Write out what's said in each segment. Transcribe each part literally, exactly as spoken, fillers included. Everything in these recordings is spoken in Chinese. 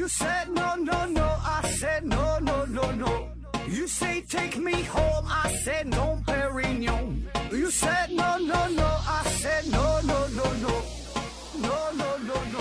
said no no no, I said no no no no. You say take me home, I said no, Perignon. You said no no no, I said no no no no, no no no no.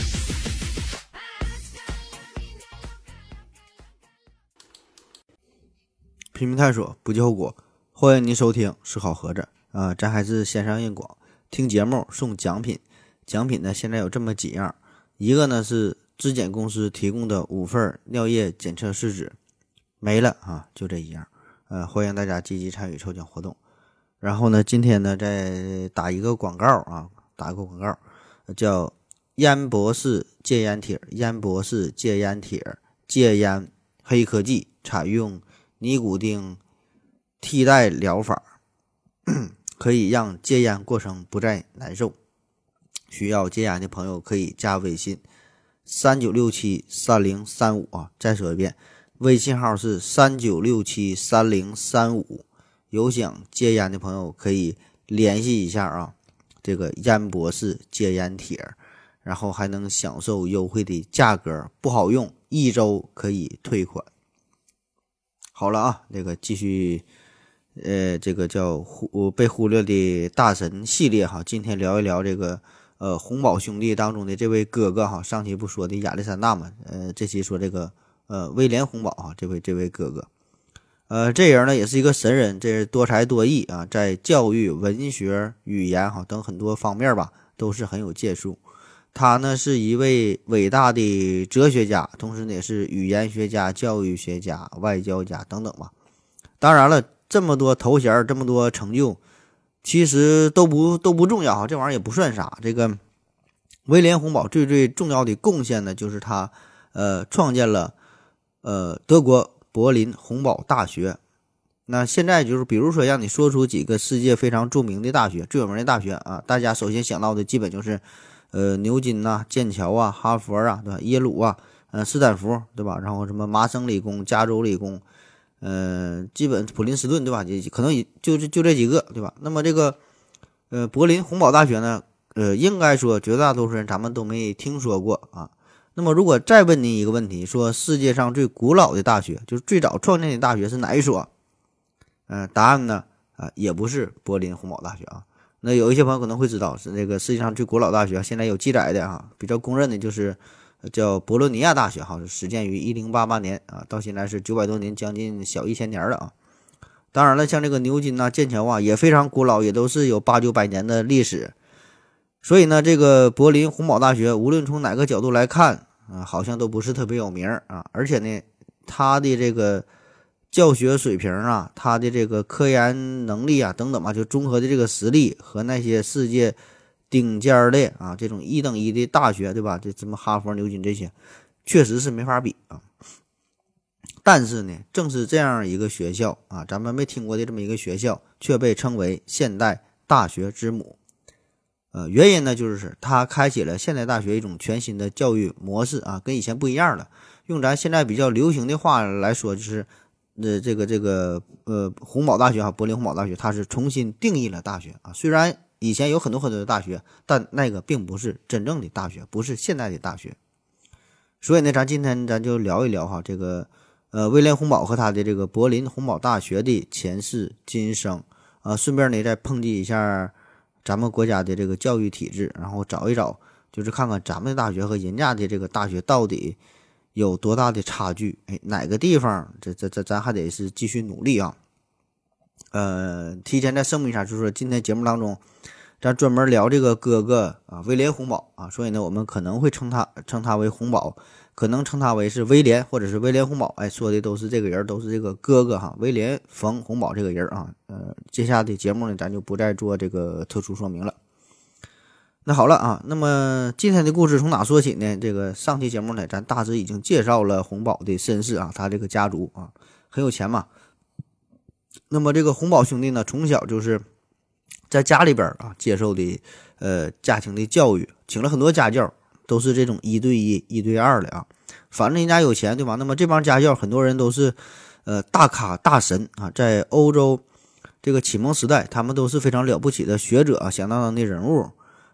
拼命探索，不计后果。欢迎您收听思考盒子啊、呃，咱还是线上硬广，听节目送奖品。奖品呢，现在有这么几样，一个呢是质检公司提供的五份尿液检测试纸，没了啊，就这一样。呃，欢迎大家积极参与抽奖活动。然后呢，今天呢再打一个广告啊，打一个广告，叫烟博士戒烟帖，烟博士戒烟帖，戒烟黑科技，采用尼古丁替代疗法，可以让戒烟过程不再难受。需要戒烟的朋友可以加微信三九六七三零三五啊，再说一遍，微信号是三九六七三零三五。有想戒烟的朋友可以联系一下啊，这个烟博士戒烟帖，然后还能享受优惠的价格，不好用，一周可以退款。好了啊，这个继续，呃，这个叫忽被忽略的大神系列哈，今天聊一聊这个呃洪堡兄弟当中的这位哥哥哈，上期不说的亚历山大嘛，呃，这期说这个呃威廉洪堡哈，这位这位哥哥，呃，这人呢也是一个神人，这是多才多艺啊，在教育、文学、语言哈等很多方面吧，都是很有建树。他呢是一位伟大的哲学家，同时呢也是语言学家、教育学家、外交家等等吧。当然了，这么多头衔，这么多成就，其实都不都不重要，这玩意儿也不算啥。这个威廉洪堡最最重要的贡献呢，就是他呃创建了呃德国柏林洪堡大学。那现在就是比如说让你说出几个世界非常著名的大学，最有名的大学啊，大家首先想到的基本就是呃，牛津呐、啊、剑桥啊、哈佛啊，对吧？耶鲁啊，呃，斯坦福，对吧？然后什么麻省理工、加州理工，呃，基本普林斯顿，对吧？也可能也就就这几个，对吧？那么这个呃，柏林洪堡大学呢，呃，应该说绝大多数人咱们都没听说过啊。那么如果再问您一个问题，说世界上最古老的大学，就是最早创建的大学是哪一所？呃，答案呢啊，也不是柏林洪堡大学啊。那有一些朋友可能会知道，是这个世界上最古老大学，现在有记载的啊，比较公认的就是叫博洛尼亚大学，哈，始建于一零八八年啊，到现在是九百多年，将近小一千年了啊。当然了，像这个牛津啊、剑桥啊也非常古老，也都是有八九百年的历史。所以呢，这个柏林洪堡大学无论从哪个角度来看啊，好像都不是特别有名啊，而且呢，它的这个教学水平啊，他的这个科研能力啊，等等吧，就综合的这个实力和那些世界顶尖的啊这种一等一的大学，对吧？这什么哈佛、牛津这些，确实是没法比啊。但是呢，正是这样一个学校啊，咱们没听过的这么一个学校，却被称为现代大学之母。呃，原因呢，就是它开启了现代大学一种全新的教育模式啊，跟以前不一样了。用咱现在比较流行的话来说，就是呃，这个这个呃，洪堡大学哈，柏林洪堡大学，它是重新定义了大学啊。虽然以前有很多很多的大学，但那个并不是真正的大学，不是现代的大学。所以呢，咱今天咱就聊一聊哈，这个呃，威廉洪堡和他的这个柏林洪堡大学的前世今生啊，顺便呢再抨击一下咱们国家的这个教育体制，然后找一找，就是看看咱们的大学和人家的这个大学到底有多大的差距？哎，哪个地方这这这咱还得是继续努力啊！呃，提前再声明一下，就是说今天节目当中，咱专门聊这个哥哥啊，威廉洪堡啊，所以呢，我们可能会称他称他为洪堡，可能称他为是威廉或者是威廉洪堡，哎，说的都是这个人，都是这个哥哥哈，威廉冯洪堡这个人啊。呃，接下来的节目呢，咱就不再做这个特殊说明了。那好了啊，那么今天的故事从哪说起呢？这个上期节目呢，咱大致已经介绍了洪堡的身世啊，他这个家族啊很有钱嘛。那么这个洪堡兄弟呢，从小就是在家里边啊接受的呃家庭的教育，请了很多家教，都是这种一对一、一对二的啊。反正人家有钱对吧？那么这帮家教很多人都是呃大咖大神啊，在欧洲这个启蒙时代，他们都是非常了不起的学者啊，响当当的人物。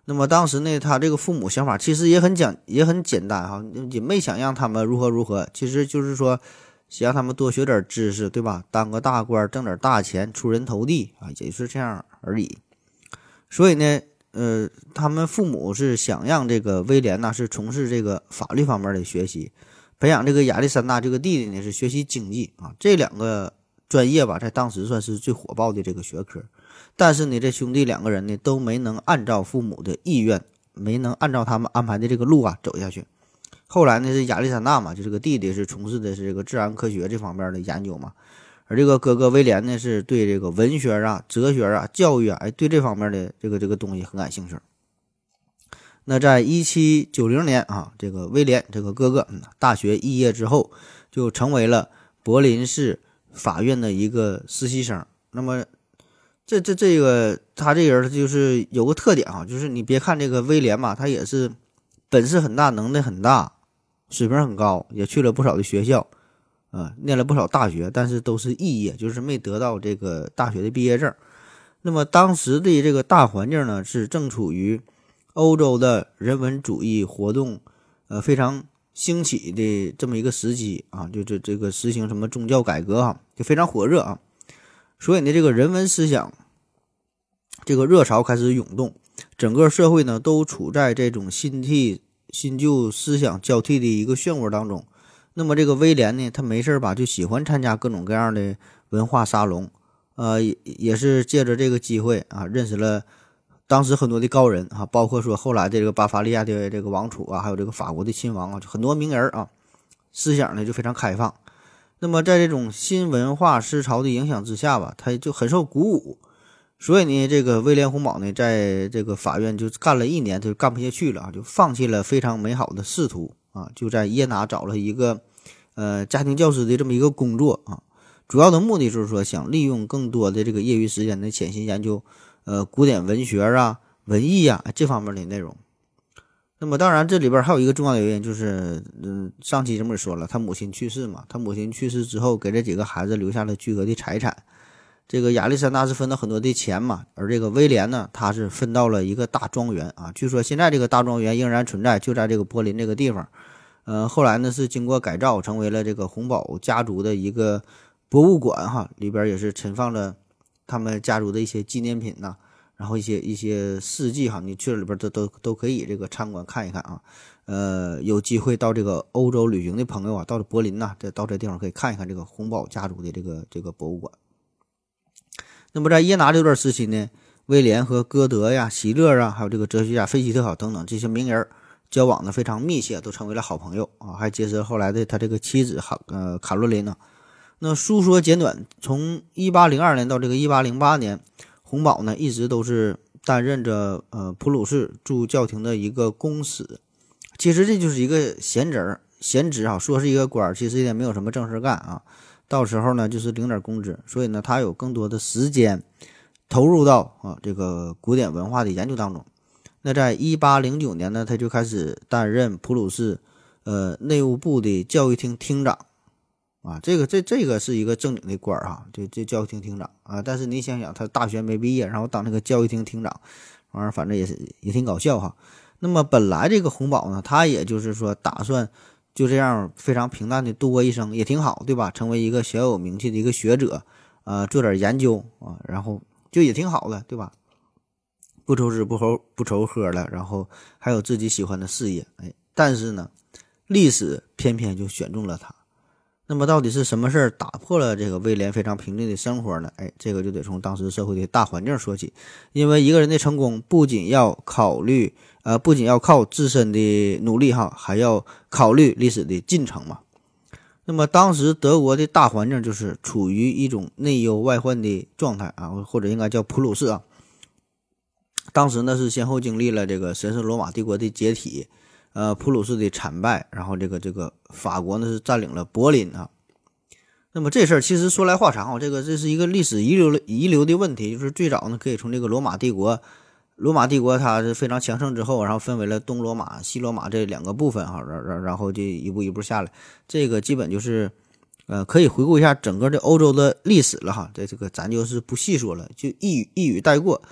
那么当时呢，他这个父母想法其实也很简也很简单哈，也没想让他们如何如何，其实就是说想让他们多学点知识，对吧？当个大官，挣点大钱，出人头地啊，也就是这样而已。所以呢，呃，他们父母是想让这个威廉呢是从事这个法律方面的学习，培养这个亚历山大这个弟弟呢是学习经济啊，这两个专业吧，在当时算是最火爆的这个学科。但是呢，这兄弟两个人呢都没能按照父母的意愿，没能按照他们安排的这个路啊走下去。后来呢，是亚历山大嘛，就这个弟弟是从事的是这个自然科学这方面的研究嘛，而这个哥哥威廉呢是对这个文学啊、哲学啊、教育啊，哎，对这方面的这个这个东西很感兴趣。那在一七九零年啊，这个威廉这个哥哥、嗯、大学毕业之后，就成为了柏林市法院的一个实习生。那么这这这个他这人就是有个特点啊，就是你别看这个威廉嘛，他也是本事很大，能力很大，水平很高，也去了不少的学校，啊、呃，念了不少大学，但是都是肄业，就是没得到这个大学的毕业证。那么当时的这个大环境呢，是正处于欧洲的人文主义活动，呃，非常兴起的这么一个时期啊，就这这个实行什么宗教改革啊，就非常火热啊。所以呢，这个人文思想这个热潮开始涌动，整个社会呢都处在这种新替新旧思想交替的一个漩涡当中。那么这个威廉呢，他没事吧就喜欢参加各种各样的文化沙龙，呃，也是借着这个机会啊，认识了当时很多的高人啊，包括说后来的这个巴伐利亚的这个王储啊，还有这个法国的亲王啊，就很多名人啊，思想呢就非常开放。那么在这种新文化思潮的影响之下吧，他就很受鼓舞。所以呢，这个威廉洪堡呢，在这个法院就干了一年，他就干不下去了啊，就放弃了非常美好的仕途啊，就在耶拿找了一个呃家庭教师的这么一个工作啊。主要的目的就是说，想利用更多的这个业余时间的潜心研究呃古典文学啊、文艺啊这方面的内容。那么当然这里边还有一个重要的原因，就是嗯上期节目也说了，他母亲去世嘛，他母亲去世之后给这几个孩子留下了巨额的财产。这个亚历山大是分到很多的钱嘛，而这个威廉呢，他是分到了一个大庄园啊，据说现在这个大庄园仍然存在，就在这个柏林这个地方。呃后来呢是经过改造成为了这个洪堡家族的一个博物馆哈，里边也是存放了他们家族的一些纪念品呐、啊，然后一些一些事迹哈，你去了里边都都都可以这个参观看一看啊。呃，有机会到这个欧洲旅行的朋友啊，到了柏林呐、啊，这到这地方可以看一看这个洪堡家族的这个这个博物馆。那么在耶拿这段时期呢，威廉和歌德呀、席勒啊，还有这个哲学家费希特啊等等这些名人交往的非常密切，都成为了好朋友啊，还结识后来的他这个妻子哈呃卡罗琳呢。那书说简短，从一八零二年到这个一八零八年，洪堡呢一直都是担任着呃普鲁士驻教廷的一个公使。其实这就是一个闲职闲职啊，说是一个官，其实也没有什么正事干啊。到时候呢就是领点工资，所以呢他有更多的时间投入到啊这个古典文化的研究当中。那在一八零九年呢，他就开始担任普鲁士呃内务部的教育厅厅长啊，这个这这个是一个正经的官啊，这这教育厅厅长啊。但是你想想，他大学没毕业，然后当那个教育厅厅长，玩意儿反正也是也挺搞笑哈。那么本来这个洪堡呢，他也就是说打算就这样非常平淡的度过一生，也挺好，对吧？成为一个小有名气的一个学者，呃，做点研究啊，然后就也挺好的，对吧？不愁吃不愁不愁喝了，然后还有自己喜欢的事业，哎，但是呢，历史偏偏就选中了他。那么到底是什么事儿打破了这个威廉非常平静的生活呢？哎，这个就得从当时社会的大环境说起。因为一个人的成功不仅要考虑呃，不仅要靠自身的努力哈，还要考虑历史的进程嘛。那么当时德国的大环境就是处于一种内忧外患的状态啊，或者应该叫普鲁士啊。当时呢是先后经历了这个神圣罗马帝国的解体，呃，普鲁士的惨败，然后这个这个法国呢是占领了柏林啊。那么这事儿其实说来话长啊，这个这是一个历史遗留遗留的问题，就是最早呢可以从这个罗马帝国，罗马帝国它是非常强盛之后，然后分为了东罗马、西罗马这两个部分哈，然然后就一步一步下来，这个基本就是呃可以回顾一下整个的欧洲的历史了哈，这这个咱就是不细说了，就一语一语带过。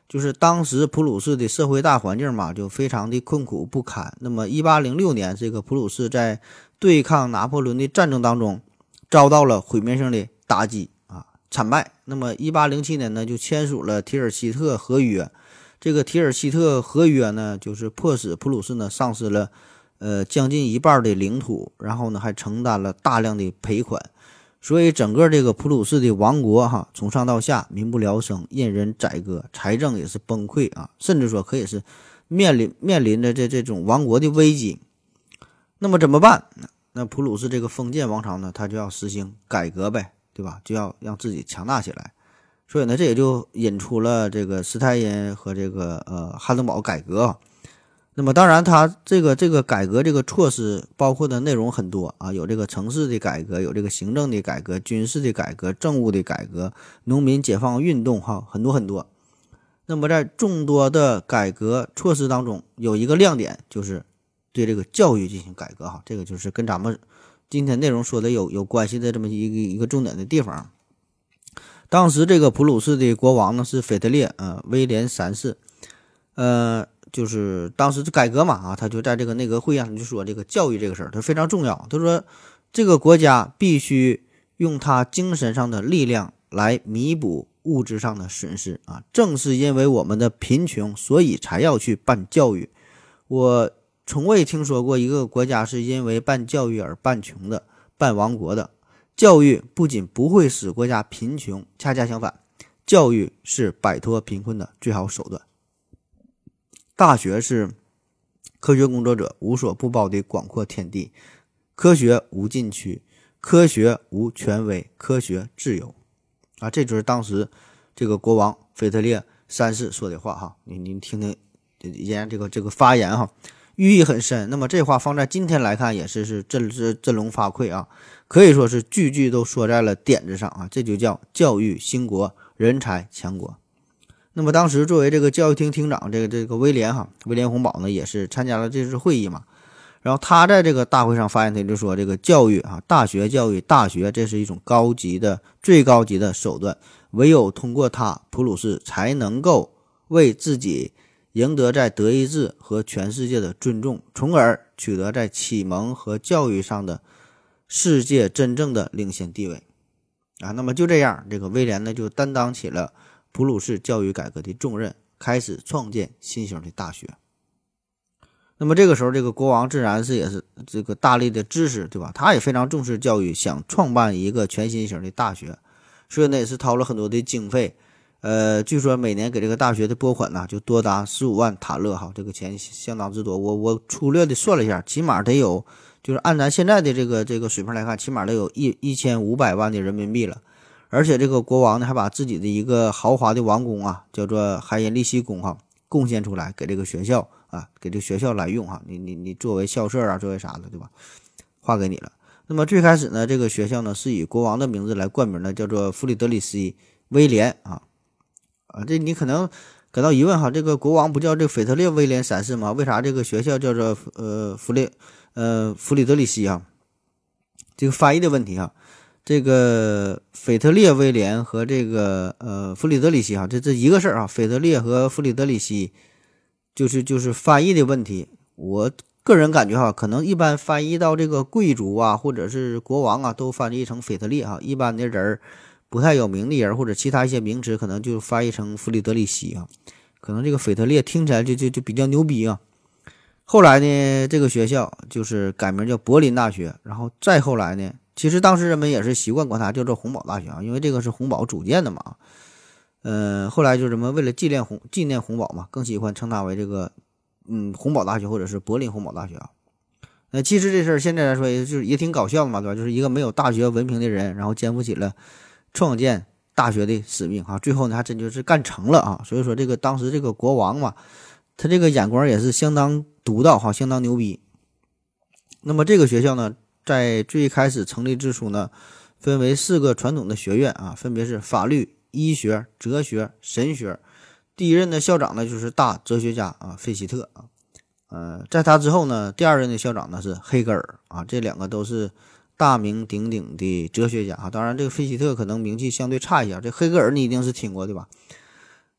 就是当时普鲁士的社会大环境嘛，就非常的困苦不堪。那么一八零六年，这个普鲁士在对抗拿破仑的战争当中遭到了毁灭性的打击啊，惨败。那么一八零七年呢，就签署了提尔希特合约。这个提尔希特合约呢，就是迫使普鲁士呢丧失了呃将近一半的领土，然后呢还承担了大量的赔款。所以整个这个普鲁士的王国哈，从上到下民不聊生，任人宰割，财政也是崩溃啊，甚至说可以是面临面临着这这种亡国的危机。那么怎么办？那普鲁士这个封建王朝呢，他就要实行改革呗，对吧？就要让自己强大起来。所以呢，这也就引出了这个斯泰因和这个呃汉登堡改革。那么当然他这个这个改革这个措施包括的内容很多啊，有这个城市的改革，有这个行政的改革，军事的改革，政务的改革，农民解放运动哈，很多很多。那么在众多的改革措施当中，有一个亮点就是对这个教育进行改革哈，这个就是跟咱们今天内容说的有有关系的这么一个一个重点的地方。当时这个普鲁士的国王呢是腓特烈呃威廉三世，呃就是当时改革嘛啊，他就在这个内阁会议上就说这个教育这个事儿，它非常重要。他说这个国家必须用他精神上的力量来弥补物质上的损失啊！正是因为我们的贫穷，所以才要去办教育。我从未听说过一个国家是因为办教育而办穷的、办亡国的。教育不仅不会使国家贫穷，恰恰相反，教育是摆脱贫困的最好手段。大学是科学工作者无所不包的广阔天地，科学无禁区，科学无权威，科学自由啊！这就是当时这个国王腓特烈三世说的话哈，你你听听人家这个这个发言哈，寓意很深。那么这话放在今天来看也是是振振聋发聩啊，可以说是句句都说在了点子上啊！这就叫教育兴国，人才强国。那么当时作为这个教育厅厅长，这个这个威廉哈威廉洪堡呢，也是参加了这次会议嘛。然后他在这个大会上发言，他就说这个教育啊，大学教育，大学这是一种高级的、最高级的手段，唯有通过它，普鲁士才能够为自己赢得在德意志和全世界的尊重，从而取得在启蒙和教育上的世界真正的领先地位啊。那么就这样，这个威廉呢就担当起了普鲁士教育改革的重任，开始创建新型的大学。那么这个时候，这个国王自然是也是这个大力的支持，对吧？他也非常重视教育，想创办一个全新型的大学，所以呢也是掏了很多的经费。呃，据说每年给这个大学的拨款呢，就多达十五万塔勒哈，这个钱相当之多。我我粗略的算了一下，起码得有，就是按咱现在的这个这个水平来看，起码得有一一千五百万的人民币了。而且这个国王呢，还把自己的一个豪华的王宫啊，叫做海因利希宫哈，贡献出来给这个学校啊，给这个学校来用哈。你你你作为校舍啊，作为啥的，对吧？划给你了。那么最开始呢，这个学校呢是以国王的名字来冠名的，叫做弗里德里希威廉啊啊，这你可能感到疑问哈，这个国王不叫这个腓特烈威廉三世吗？为啥这个学校叫做呃弗列呃弗里德里希啊？这个翻译的问题哈。这个腓特烈威廉和这个呃弗里德里希哈，这这一个事儿啊，腓特烈和弗里德里希就是就是翻译的问题。我个人感觉哈，可能一般翻译到这个贵族啊或者是国王啊，都翻译成腓特烈哈，一般的人不太有名的人或者其他一些名词，可能就翻译成弗里德里希啊。可能这个腓特烈听起来就就就比较牛逼啊。后来呢，这个学校就是改名叫柏林大学，然后再后来呢。其实当时人们也是习惯管它叫做洪堡大学啊，因为这个是洪堡组建的嘛。呃，后来就是什么为了纪念洪纪念洪堡嘛，更喜欢称它为这个嗯洪堡大学或者是柏林洪堡大学啊。那其实这事儿现在来说也就是也挺搞笑的嘛，对吧？就是一个没有大学文凭的人，然后肩负起了创建大学的使命啊，最后呢还真就是干成了啊。所以说这个当时这个国王嘛，他这个眼光也是相当独到哈，相当牛逼。那么这个学校呢，在最开始成立之初呢，分为四个传统的学院啊，分别是法律、医学、哲学、神学。第一任的校长呢就是大哲学家啊费希特啊，呃，在他之后呢，第二任的校长呢是黑格尔啊，这两个都是大名鼎鼎的哲学家啊。当然，这个费希特可能名气相对差一些，这黑格尔你一定是听过对吧？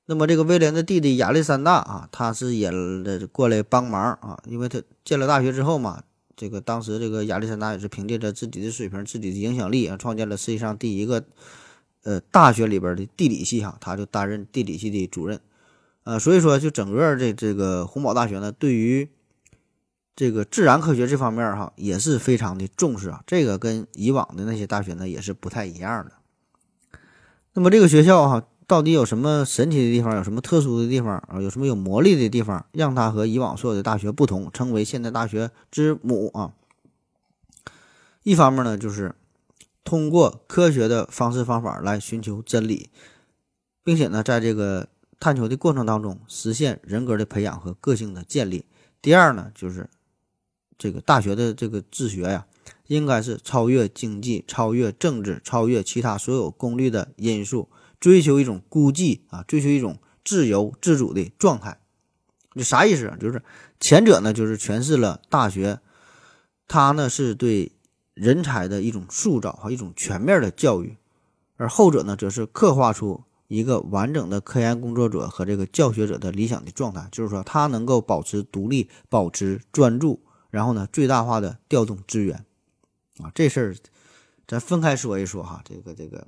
那么这个威廉的弟弟亚历山大啊，他是也过来帮忙啊，因为他建了大学之后嘛，这个当时这个亚历山大也是凭借着自己的水平、自己的影响力啊，创建了世界上第一个呃大学里边的地理系哈，他就担任地理系的主任。呃，所以说就整个这这个洪堡大学呢，对于这个自然科学这方面哈，也是非常的重视啊。这个跟以往的那些大学呢也是不太一样的。那么这个学校哈，到底有什么神奇的地方，有什么特殊的地方啊？有什么有魔力的地方，让它和以往所有的大学不同，成为现代大学之母啊？一方面呢，就是通过科学的方式方法来寻求真理，并且呢，在这个探求的过程当中，实现人格的培养和个性的建立。第二呢，就是这个大学的这个治学呀，应该是超越经济、超越政治、超越其他所有功利的因素，追求一种孤寂啊，追求一种自由自主的状态。这啥意思啊？就是前者呢，就是诠释了大学，它呢是对人才的一种塑造和一种全面的教育，而后者呢，则是刻画出一个完整的科研工作者和这个教学者的理想的状态，就是说他能够保持独立、保持专注，然后呢，最大化的调动资源啊。这事儿咱分开说一说哈，这个这个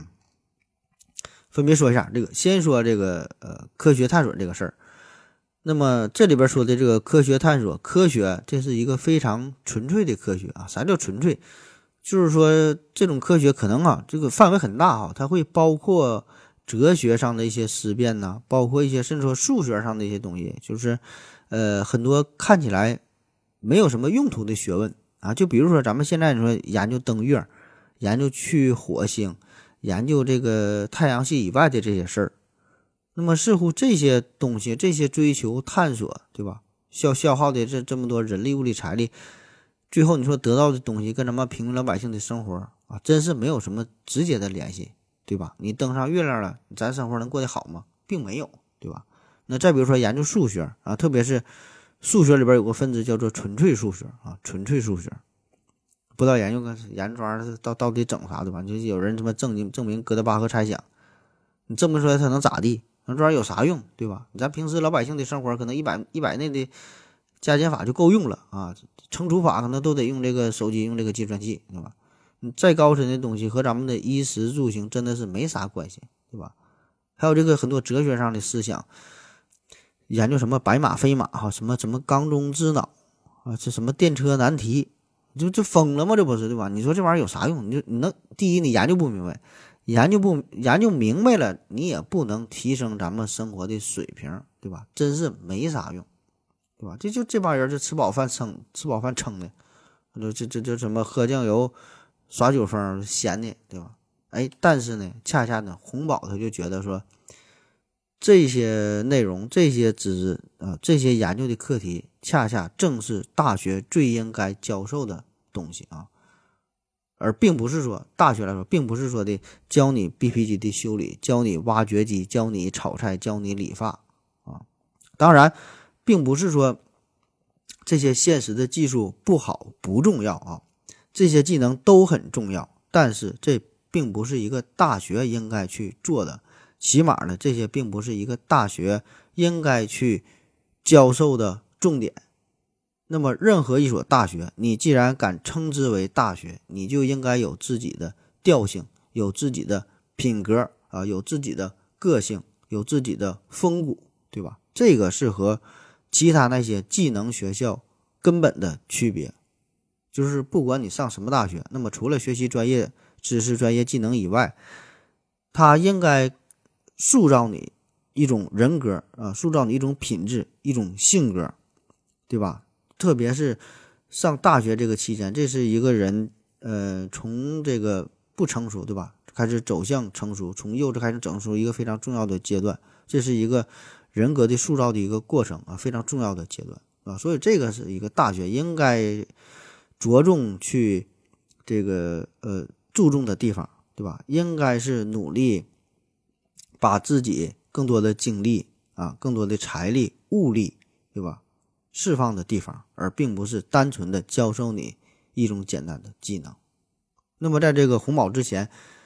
分别说一下。这个先说这个呃科学探索这个事儿。那么这里边说的这个科学探索，科学这是一个非常纯粹的科学啊。啥叫纯粹？就是说这种科学可能啊，这个范围很大哈，它会包括哲学上的一些思辨呐、啊，包括一些甚至说数学上的一些东西，就是呃很多看起来没有什么用途的学问啊。就比如说咱们现在说研究登月，研究去火星，研究这个太阳系以外的这些事儿，那么似乎这些东西，这些追求探索，对吧？消消耗的这这么多人力、物力、财力，最后你说得到的东西跟咱们平民老百姓的生活啊，真是没有什么直接的联系，对吧？你登上月亮了，咱生活能过得好吗？并没有，对吧？那再比如说研究数学啊，特别是数学里边有个分支叫做纯粹数学啊，纯粹数学。不知道研究个研究这玩意儿到到底整啥，对吧？就是有人他妈证明证明哥德巴赫猜想，你证明出来它能咋地？那这玩意儿有啥用，对吧？咱平时老百姓的生活可能一百一百内的加减法就够用了啊，乘除法可能都得用这个手机，用这个计算器，对吧？你再高深的东西和咱们的衣食住行真的是没啥关系，对吧？还有这个很多哲学上的思想，研究什么白马非马哈，什么什么缸中之脑啊，这什么电车难题，就这疯了吗？这不是，对吧？你说这玩意儿有啥用？你就你能第一你研究不明白，研究不研究明白了，你也不能提升咱们生活的水平，对吧？真是没啥用，对吧？这就这帮人就吃饱饭撑，吃饱饭撑的，这这这这什么喝酱油、耍酒疯、闲的，对吧？哎，但是呢，恰恰呢，洪堡他就觉得说，这些内容、这些知识啊、呃，这些研究的课题，恰恰正是大学最应该教授的东西啊。而并不是说大学来说，并不是说的教你 B P 机的修理，教你挖掘机，教你炒菜，教你理发啊。当然，并不是说这些现实的技术不好不重要啊，这些技能都很重要，但是这并不是一个大学应该去做的，起码呢，这些并不是一个大学应该去教授的重点。那么任何一所大学，你既然敢称之为大学，你就应该有自己的调性，有自己的品格啊，有自己的个性，有自己的风骨，对吧？这个是和其他那些技能学校根本的区别。就是不管你上什么大学，那么除了学习专业知识、专业技能以外，它应该塑造你一种人格啊，塑造你一种品质、一种性格，对吧？特别是上大学这个期间，这是一个人呃从这个不成熟，对吧，开始走向成熟，从幼稚开始成熟一个非常重要的阶段，这是一个人格的塑造的一个过程啊，非常重要的阶段啊，所以这个是一个大学应该着重去这个呃注重的地方，对吧？应该是努力把自己更多的精力啊，更多的财力、物力，对吧？释放的地方，而并不是单纯的教授你一种简单的技能。那么在这个洪堡之前，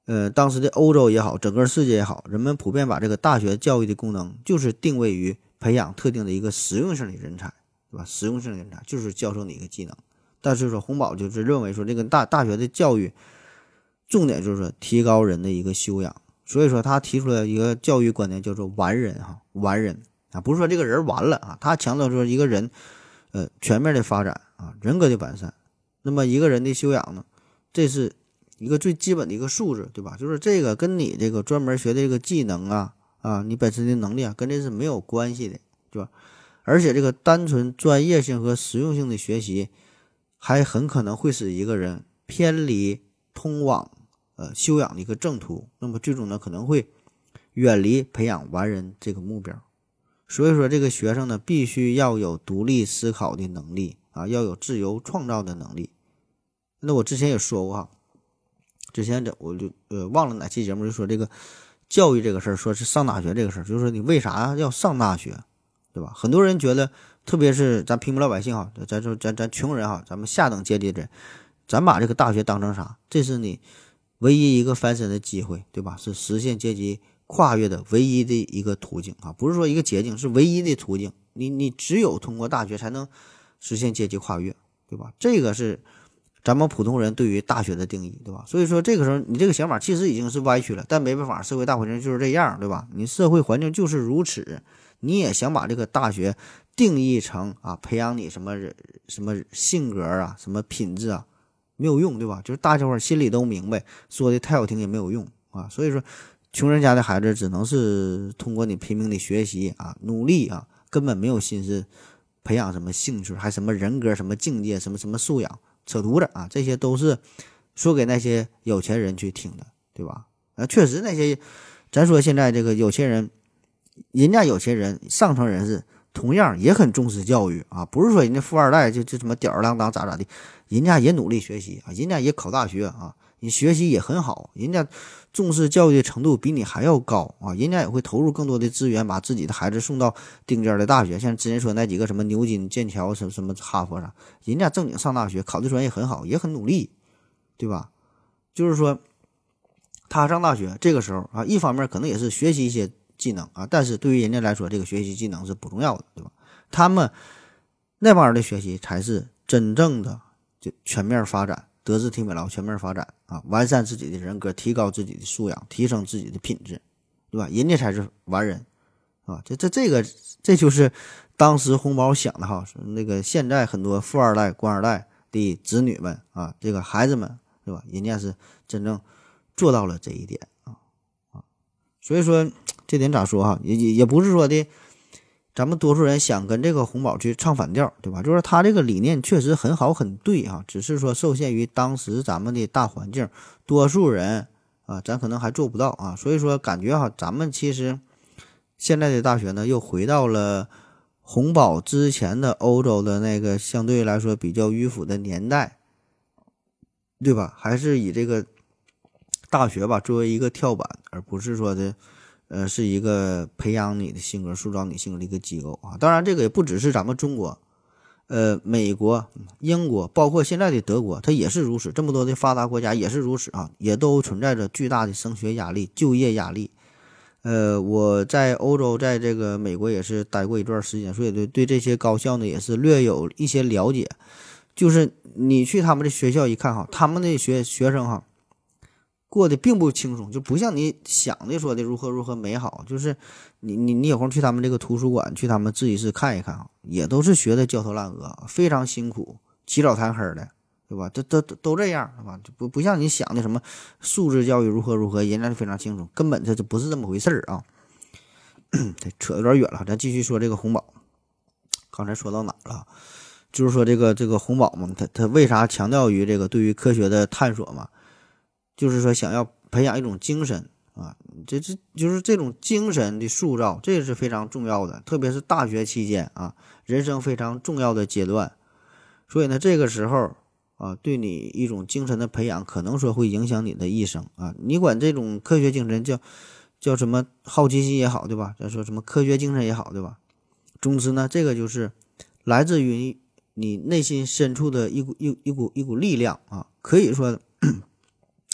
呃，当时的欧洲也好，整个世界也好，人们普遍把这个大学教育的功能就是定位于培养特定的一个实用性的人才，对吧？实用性的人才就是教授你一个技能。但是说洪堡就是认为说这个大大学的教育重点就是说提高人的一个修养，所以说他提出了一个教育观念叫做完人哈，完人啊，不是说这个人完了啊，他强调说一个人呃全面的发展啊，人格的完善。那么一个人的修养呢，这是一个最基本的一个素质，对吧？就是这个跟你这个专门学的这个技能啊啊，你本身的能力啊，跟这是没有关系的，对吧？而且这个单纯专业性和实用性的学习，还很可能会使一个人偏离通往呃修养的一个正途，那么最终呢可能会远离培养完人这个目标。所以说这个学生呢必须要有独立思考的能力啊，要有自由创造的能力。那我之前也说过哈，之前这我就呃忘了哪期节目就说这个教育这个事儿，说是上大学这个事儿，就是说你为啥要上大学，对吧？很多人觉得，特别是咱平民老百姓哈，咱说咱咱穷人哈，咱们下等阶级的人，咱把这个大学当成啥？这是你唯一一个翻身的机会，对吧？是实现阶级跨越的唯一的一个途径啊，不是说一个捷径，是唯一的途径。你你只有通过大学才能实现阶级跨越，对吧？这个是咱们普通人对于大学的定义，对吧？所以说这个时候你这个想法其实已经是歪曲了，但没办法，社会大环境就是这样，对吧？你社会环境就是如此，你也想把这个大学定义成啊，培养你什么什么性格啊，什么品质啊，没有用，对吧？就是大家伙心里都明白，说的太好听也没有用啊。所以说，穷人家的孩子只能是通过你拼命的学习啊，努力啊，根本没有心思培养什么兴趣，还什么人格、什么境界、什么什么素养，扯犊子啊！这些都是说给那些有钱人去听的，对吧？啊，确实那些，咱说现在这个有钱人，人家有钱人上层人士同样也很重视教育啊，不是说人家富二代就就什么吊儿郎当咋咋的，人家也努力学习啊，人家也考大学啊，你学习也很好，人家重视教育的程度比你还要高啊，人家也会投入更多的资源，把自己的孩子送到顶尖的大学，像之前说那几个什么牛津、剑桥、什么什么哈佛啥，人家正经上大学，考的专业很好，也很努力，对吧？就是说，他上大学这个时候啊，一方面可能也是学习一些技能啊，但是对于人家来说，这个学习技能是不重要的，对吧？他们那帮人的学习才是真正的就全面发展。德智体美劳全面发展啊，完善自己的人格，提高自己的素养，提升自己的品质，对吧？人家才是完人啊！这这这个这就是当时洪堡想的哈，那个现在很多富二代、官二代的子女们啊，这个孩子们，对吧？人家是真正做到了这一点啊啊！所以说这点咋说哈，也也也不是说的。咱们多数人想跟这个洪堡去唱反调，对吧？就是他这个理念确实很好很对啊，只是说受限于当时咱们的大环境，多数人啊，咱可能还做不到啊。所以说感觉哈，咱们其实现在的大学呢，又回到了洪堡之前的欧洲的那个相对来说比较迂腐的年代，对吧？还是以这个大学吧作为一个跳板，而不是说的。呃，是一个培养你的性格、塑造你性格的一个机构啊。当然，这个也不只是咱们中国，呃，美国、英国，包括现在的德国，它也是如此。这么多的发达国家也是如此啊，也都存在着巨大的升学压力、就业压力。呃，我在欧洲，在这个美国也是待过一段时间，所以对对这些高校呢也是略有一些了解。就是你去他们的学校一看哈，他们的学学生哈。过得并不轻松，就不像你想的说的如何如何美好。就是你你你有空去他们这个图书馆，去他们自习室看一看啊，也都是学的焦头烂额，非常辛苦，起早贪黑的，对吧？都都都这样，对吧？就不不像你想的什么素质教育如何如何，人家非常清楚，根本这就不是这么回事儿啊。这扯有点远了，咱继续说这个洪堡。刚才说到哪了？就是说这个这个洪堡嘛，他他为啥强调于这个对于科学的探索嘛？就是说想要培养一种精神啊，这这就是这种精神的塑造，这是非常重要的，特别是大学期间啊，人生非常重要的阶段。所以呢，这个时候啊，对你一种精神的培养，可能说会影响你的一生啊。你管这种科学精神叫叫什么好奇心也好，对吧？再说什么科学精神也好，对吧？总之呢，这个就是来自于你内心深处的一股一一股一股力量啊，可以说。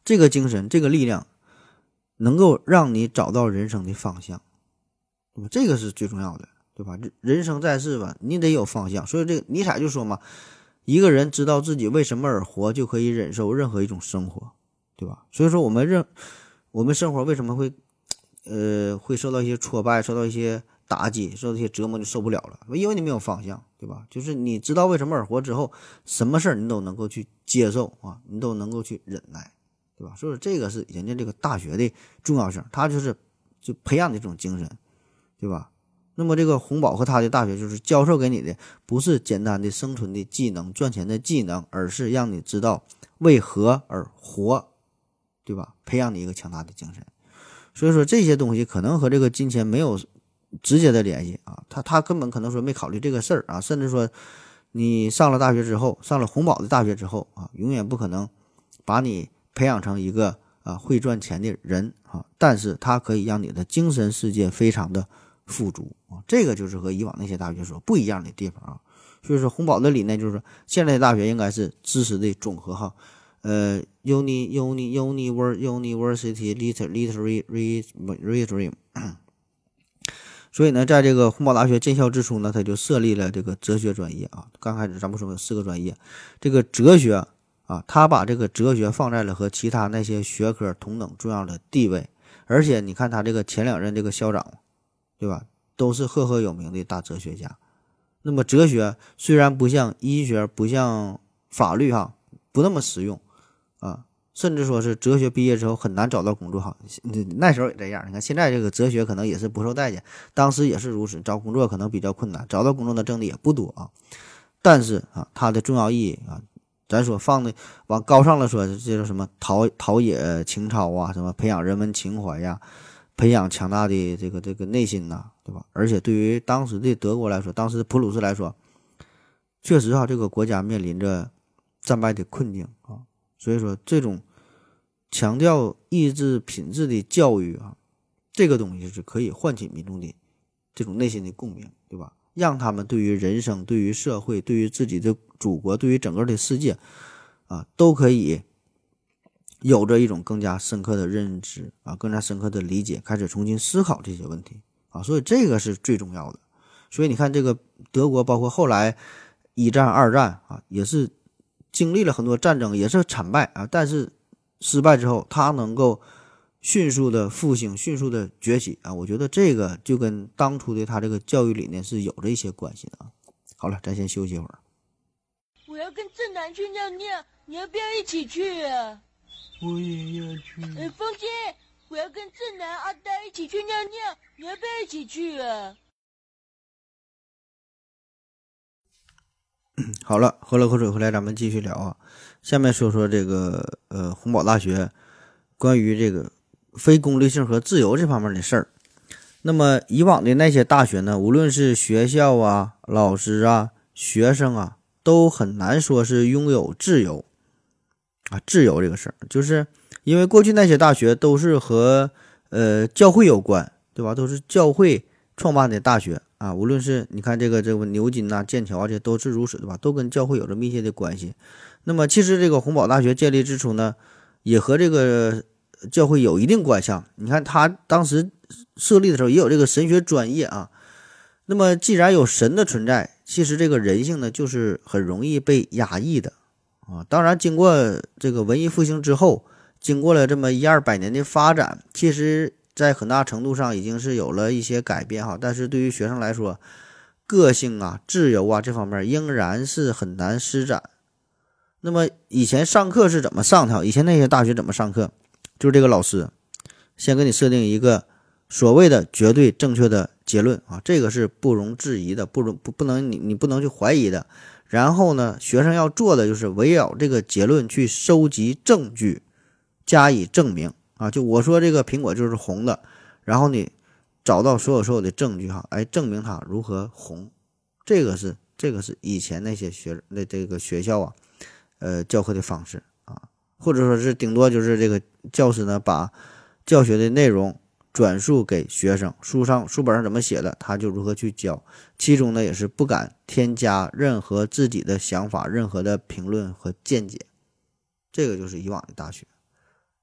这个精神，这个力量能够让你找到人生的方向，对吧？这个是最重要的，对吧？人生在世吧，你得有方向。所以这个尼采就说嘛，一个人知道自己为什么而活，就可以忍受任何一种生活，对吧？所以说我们认我们生活为什么会呃会受到一些挫败，受到一些打击，受到一些折磨，就受不了了，因为你没有方向，对吧？就是你知道为什么而活之后，什么事儿你都能够去接受啊，你都能够去忍耐，对吧？所以这个是人家这个大学的重要性，它就是就培养的这种精神，对吧？那么这个洪堡和他的大学就是教授给你的不是简单的生存的技能、赚钱的技能，而是让你知道为何而活，对吧？培养你一个强大的精神。所以说这些东西可能和这个金钱没有直接的联系啊，他他根本可能说没考虑这个事儿啊，甚至说你上了大学之后，上了洪堡的大学之后啊，永远不可能把你培养成一个啊会赚钱的人啊，但是它可以让你的精神世界非常的富足啊，这个就是和以往那些大学所不一样的地方啊。所以说洪堡的理念就是说，现在的大学应该是知识的总和哈，呃 uni uni uni university literary literary。所以呢，在这个洪堡大学建校之初呢，他就设立了这个哲学专业啊。刚开始咱不说有四个专业，这个哲学啊，他把这个哲学放在了和其他那些学科同等重要的地位。而且你看他这个前两任这个校长，对吧，都是赫赫有名的大哲学家。那么哲学虽然不像医学，不像法律哈，不那么实用啊，甚至说是哲学毕业之后很难找到工作哈，那时候也这样。你看现在这个哲学可能也是不受待见，当时也是如此，找工作可能比较困难，找到工作的挣的也不多啊。但是啊，它的重要意义啊，咱说放的往高尚了说，这叫什么陶陶冶情操啊，什么培养人文情怀呀、啊，培养强大的这个这个内心呐、啊，对吧？而且对于当时的德国来说，当时普鲁士来说，确实啊，这个国家面临着战败的困境啊，所以说这种强调意志品质的教育啊，这个东西是可以唤起民众的这种内心的共鸣，对吧？让他们对于人生、对于社会、对于自己的祖国、对于整个的世界啊，都可以有着一种更加深刻的认知啊，更加深刻的理解，开始重新思考这些问题啊，所以这个是最重要的。所以你看，这个德国包括后来一战、二战啊，也是经历了很多战争，也是惨败啊，但是失败之后，他能够迅速的复兴，迅速的崛起啊！我觉得这个就跟当初的他这个教育理念是有着一些关系的啊。好了，咱先休息一会儿。 我要跟正南去尿尿，你要不要一起去啊？ 我也要去。 呃，风姐，我要跟正南、阿呆一起去尿尿，你要不要一起去啊？ 好了，喝了口水回来，咱们继续聊啊。下面说说这个呃洪堡大学关于这个非功利性和自由这方面的事儿。那么以往的那些大学呢，无论是学校啊、老师啊、学生啊，都很难说是拥有自由啊。自由这个事儿，就是因为过去那些大学都是和呃教会有关，对吧？都是教会创办的大学啊。无论是你看这个这个牛津啊、剑桥啊，这都是如此，对吧？都跟教会有着密切的关系。那么其实这个洪堡大学建立之初呢，也和这个教会有一定关系。你看他当时设立的时候也有这个神学专业啊。那么既然有神的存在，其实这个人性呢就是很容易被压抑的啊。当然经过这个文艺复兴之后，经过了这么一二百年的发展，其实在很大程度上已经是有了一些改变哈。但是对于学生来说，个性啊、自由啊这方面仍然是很难施展。那么以前上课是怎么上的？以前那些大学怎么上课？就是这个老师先给你设定一个所谓的绝对正确的结论啊，这个是不容置疑的，不容不不能你你不能去怀疑的。然后呢，学生要做的就是围绕这个结论去收集证据，加以证明啊。就我说这个苹果就是红的，然后你找到所有所有的证据哈，来证明它如何红。这个是这个是以前那些学那这个学校啊。呃，教课的方式啊，或者说是顶多就是这个教师呢，把教学的内容转述给学生，书上书本上怎么写的，他就如何去教。其中呢，也是不敢添加任何自己的想法、任何的评论和见解。这个就是以往的大学。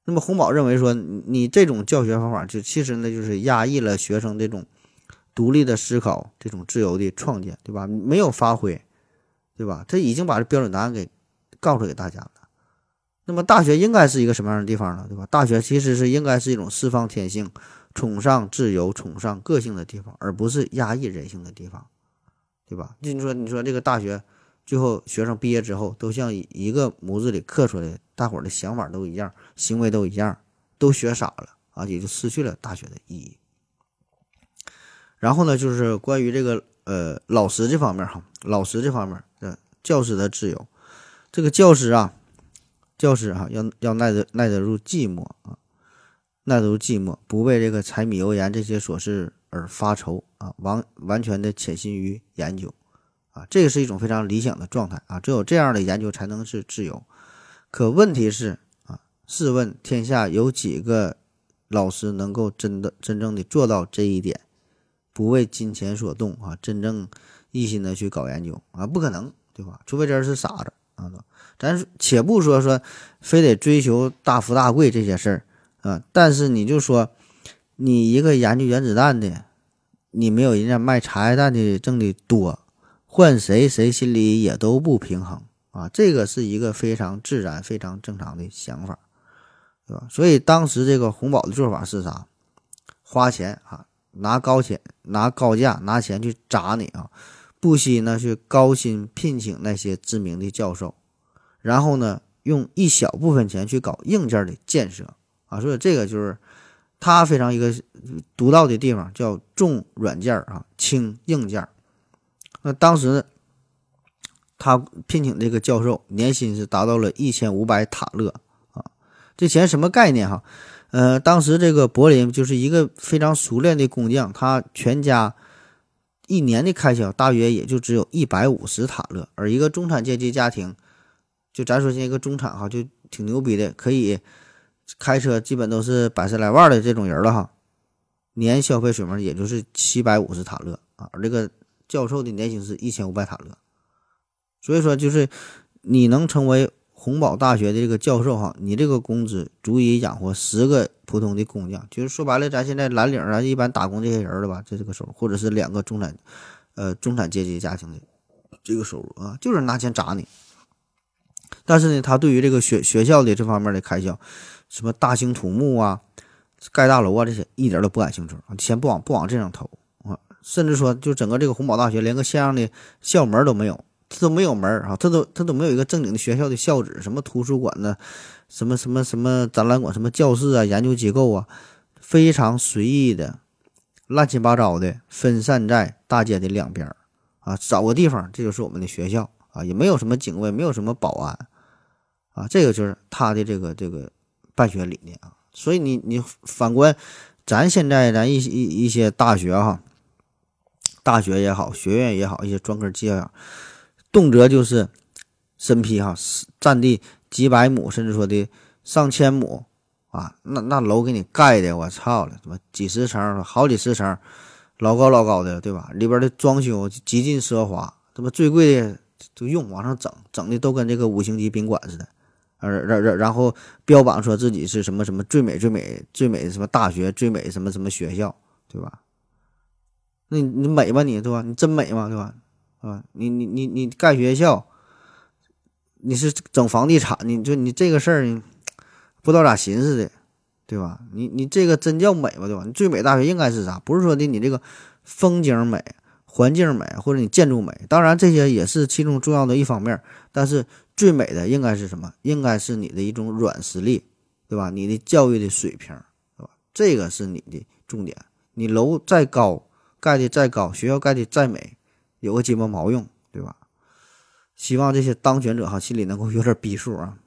那么洪堡认为说，你这种教学方法就其实呢就是压抑了学生这种独立的思考、这种自由的创建，对吧？没有发挥，对吧？他已经把这标准答案给告诉给大家了。那么大学应该是一个什么样的地方呢？对吧？大学其实是应该是一种释放天性、崇尚自由、崇尚个性的地方，而不是压抑人性的地方，对吧？就你说，你说这个大学最后学生毕业之后，都像一个模子里刻出来的，大伙儿的想法都一样，行为都一样，都学傻了啊，也就失去了大学的意义。然后呢，就是关于这个呃老师这方面哈，老师这方面的教师的自由，这个教师啊。教师哈、啊、要要耐得耐得住寂寞啊，耐得住寂寞，不为这个柴米油盐这些琐事而发愁啊，完完全的潜心于研究啊，这个是一种非常理想的状态啊，只有这样的研究才能是自由。可问题是啊，试问天下有几个老师能够真的真正的做到这一点，不为金钱所动啊，真正一心的去搞研究啊，不可能，对吧？除非这人是傻子啊。咱且不说说非得追求大富大贵这些事儿啊，但是你就说你一个研究原子弹的，你没有人家卖茶叶蛋的挣的多，换谁谁心里也都不平衡啊，这个是一个非常自然非常正常的想法，对吧？所以当时这个洪堡的做法是啥？花钱啊，拿高钱拿高价拿钱去砸你啊，不惜呢去高薪聘请那些知名的教授，然后呢，用一小部分钱去搞硬件的建设啊，所以这个就是他非常一个独到的地方，叫重软件啊，轻硬件。那当时他聘请这个教授年薪是达到了一千五百塔勒啊，这钱什么概念哈？呃，当时这个柏林就是一个非常熟练的工匠，他全家一年的开销大约也就只有一百五十塔勒，而一个中产阶级家庭。就咱说现在一个中产哈，就挺牛逼的，可以开车基本都是百十来万的这种人了哈，年消费水平也就是七百五十塔勒啊，而这个教授的年薪是一千五百塔勒，所以说就是你能成为洪堡大学的这个教授哈，你这个工资足以养活十个普通的工匠，就是说白了，咱现在蓝领啊，一般打工这些人了吧，这这个收入，或者是两个中产呃中产阶级家庭的这个收入啊，就是拿钱砸你。但是呢，他对于这个学学校的这方面的开销，什么大兴土木啊、盖大楼啊这些，一点都不感兴趣啊，钱不往不往这上投啊，甚至说就整个这个洪堡大学连个像样的校门都没有，他都没有门啊，他都他都没有一个正经的学校的校址，什么图书馆呢，什么什么什么展览馆、什么教室啊、研究机构啊，非常随意的、乱七八糟的分散在大街的两边啊，找个地方，这就是我们的学校啊，也没有什么警卫，没有什么保安。啊，这个就是他的这个这个办学理念啊，所以你你反观咱现在咱一一一些大学哈，大学也好，学院也好，一些专科技校，动辄就是身披哈占地几百亩，甚至说的上千亩啊，那那楼给你盖的，我操了，什么几十层、好几十层，老高老高的，对吧？里边的装修极尽奢华，什么最贵的就用往上整，整的都跟这个五星级宾馆似的。呃，然然然后标榜说自己是什么什么最美最美最美什么大学最美什么什么学校，对吧？那你你美吗你对吧？你真美吗对吧？啊，你你你你盖学校，你是整房地产，你就你这个事儿，你不知道咋寻思的，对吧？你你这个真叫美吗对吧？你最美大学应该是啥？不是说的你这个风景美、环境美或者你建筑美，当然这些也是其中重要的一方面，但是。最美的应该是什么？应该是你的一种软实力，对吧？你的教育的水平，对吧？这个是你的重点。你楼再高，盖的再高，学校盖的再美，有个鸡巴毛用，对吧？希望这些当权者哈心里能够有点逼数啊。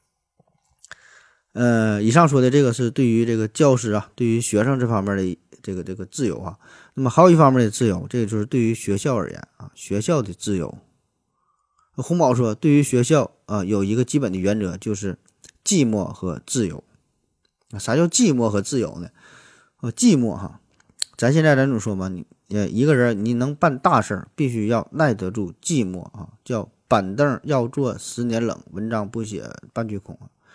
呃，以上说的这个是对于这个教师啊，对于学生这方面的这个这个自由啊。那么还有一方面的自由，这个就是对于学校而言啊，学校的自由。洪堡说，对于学校啊、呃，有一个基本的原则，就是寂寞和自由。啥叫寂寞和自由呢？呃，寂寞哈，咱现在咱总说嘛，你呃一个人你能办大事，必须要耐得住寂寞啊，叫板凳要坐十年冷，文章不写半句空。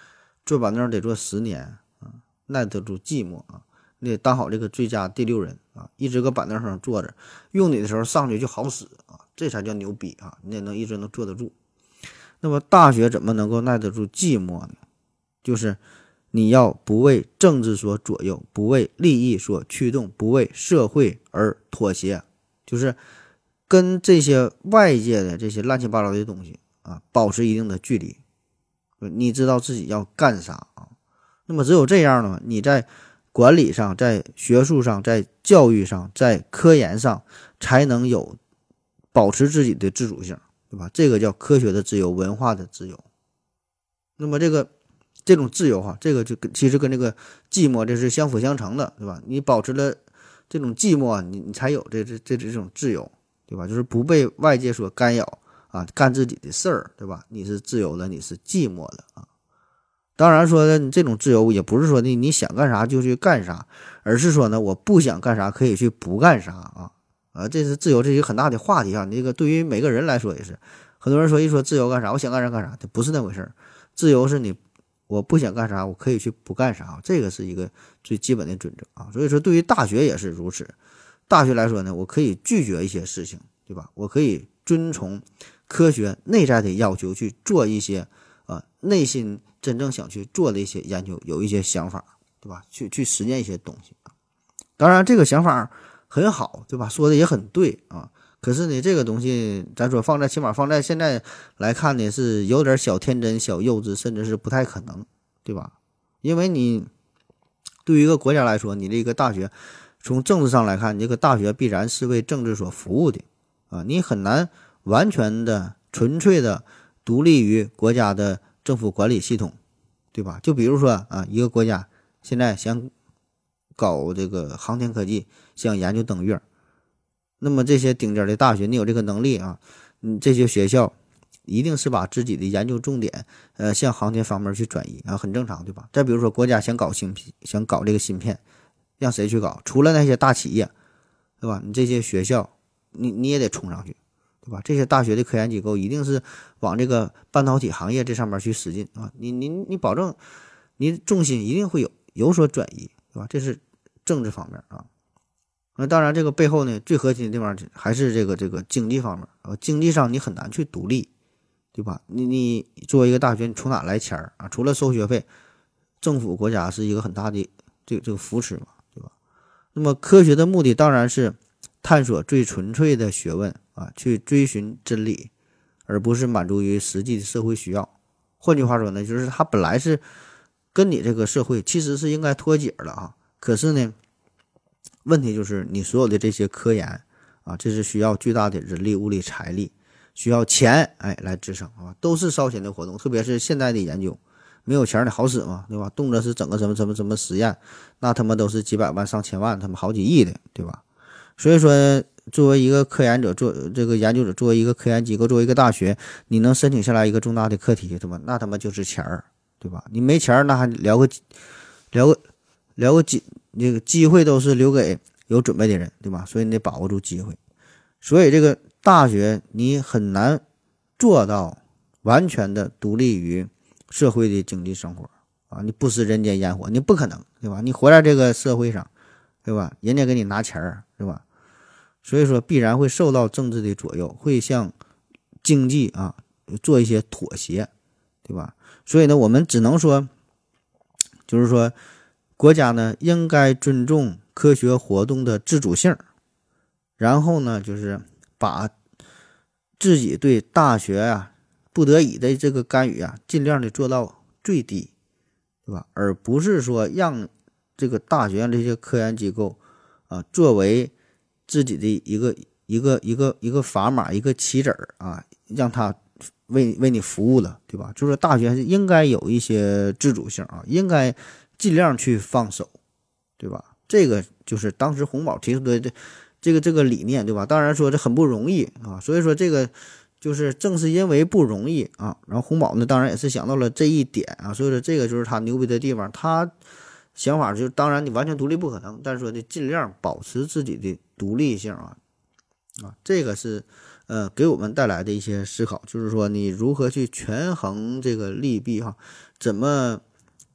坐板凳得坐十年啊，耐得住寂寞啊，你得当好这个最佳第六人啊，一直搁板凳上坐着，用你的时候上去就好使啊，这才叫牛逼啊，你也能一直能坐得住。那么大学怎么能够耐得住寂寞呢？就是你要不为政治所左右，不为利益所驱动，不为社会而妥协，就是跟这些外界的这些乱七八糟的东西啊保持一定的距离。你知道自己要干啥啊？那么只有这样呢，你在管理上，在学术上，在教育上，在科研上，才能有保持自己的自主性，对吧？这个叫科学的自由，文化的自由。那么这个这种自由哈，这个就跟其实跟这个寂寞这是相辅相成的，对吧？你保持了这种寂寞，你你才有这这这这种自由，对吧？就是不被外界所干扰啊，干自己的事儿，对吧？你是自由的，你是寂寞的啊。当然说呢，这种自由也不是说你你想干啥就去干啥，而是说呢，我不想干啥可以去不干啥啊啊，这是自由，这是一个很大的话题啊。那个对于每个人来说也是，很多人说一说自由干啥，我想干啥干啥，这不是那回事儿。自由是你我不想干啥，我可以去不干啥，这个是一个最基本的准则啊。所以说，对于大学也是如此。大学来说呢，我可以拒绝一些事情，对吧？我可以遵从科学内在的要求去做一些啊内心真正想去做的一些研究，有一些想法，对吧？去去实践一些东西。当然，这个想法很好，对吧？说的也很对啊。可是呢，这个东西咱说放在起码放在现在来看呢，是有点小天真、小幼稚，甚至是不太可能，对吧？因为你对于一个国家来说，你这个大学从政治上来看，你这个大学必然是为政治所服务的啊，你很难完全的、纯粹的独立于国家的政府管理系统，对吧？就比如说啊，一个国家现在想搞这个航天科技，想研究登月。那么这些顶尖的大学，你有这个能力啊，你这些学校一定是把自己的研究重点，呃，向航天方面去转移啊，很正常，对吧？再比如说，国家想搞芯片，想搞这个芯片，让谁去搞？除了那些大企业，对吧？你这些学校，你你也得冲上去，对吧？这些大学的科研机构一定是往这个半导体行业这上面去使劲啊，你你你保证你重心一定会有有所转移，对吧？这是政治方面啊。那当然，这个背后呢，最核心的地方还是这个这个经济方面啊。经济上你很难去独立，对吧？你你作为一个大学，你从哪来钱儿啊？除了收学费，政府国家是一个很大的这个这个扶持嘛，对吧？那么科学的目的当然是探索最纯粹的学问啊，去追寻真理，而不是满足于实际的社会需要。换句话说呢，就是它本来是跟你这个社会其实是应该脱节了啊，可是呢。问题就是你所有的这些科研啊，这是需要巨大的人力、物力、财力，需要钱哎来支撑啊，都是烧钱的活动。特别是现在的研究，没有钱的好使嘛，对吧？动辄是整个什么什么什么实验，那他妈都是几百万、上千万，他们好几亿的，对吧？所以说，作为一个科研者，做这个研究者，作为一个科研机构，作为一个大学，你能申请下来一个重大的课题，对吧？那他妈就是钱儿，对吧？你没钱儿，那还聊个聊个聊个几。这个机会都是留给有准备的人，对吧？所以你得把握住机会。所以这个大学你很难做到完全的独立于社会的经济生活啊，你不食人间烟火，你不可能，对吧？你活在这个社会上，对吧？人家给你拿钱儿，对吧？所以说必然会受到政治的左右，会向经济啊做一些妥协，对吧？所以呢，我们只能说，就是说。国家呢应该尊重科学活动的自主性，然后呢就是把自己对大学啊不得已的这个干预啊尽量的做到最低，对吧？而不是说让这个大学这些科研机构啊作为自己的一个一个一个一个砝码一个棋子儿啊，让他为为你服务了，对吧？就是大学应该有一些自主性啊，应该。尽量去放手，对吧？这个就是当时洪宝提出的这这个这个理念，对吧？当然说这很不容易啊，所以说这个就是正是因为不容易啊，然后洪宝呢当然也是想到了这一点啊，所以说这个就是他牛逼的地方。他想法就是当然你完全独立不可能，但是说的尽量保持自己的独立性啊啊，这个是呃给我们带来的一些思考，就是说你如何去权衡这个利弊哈，怎么。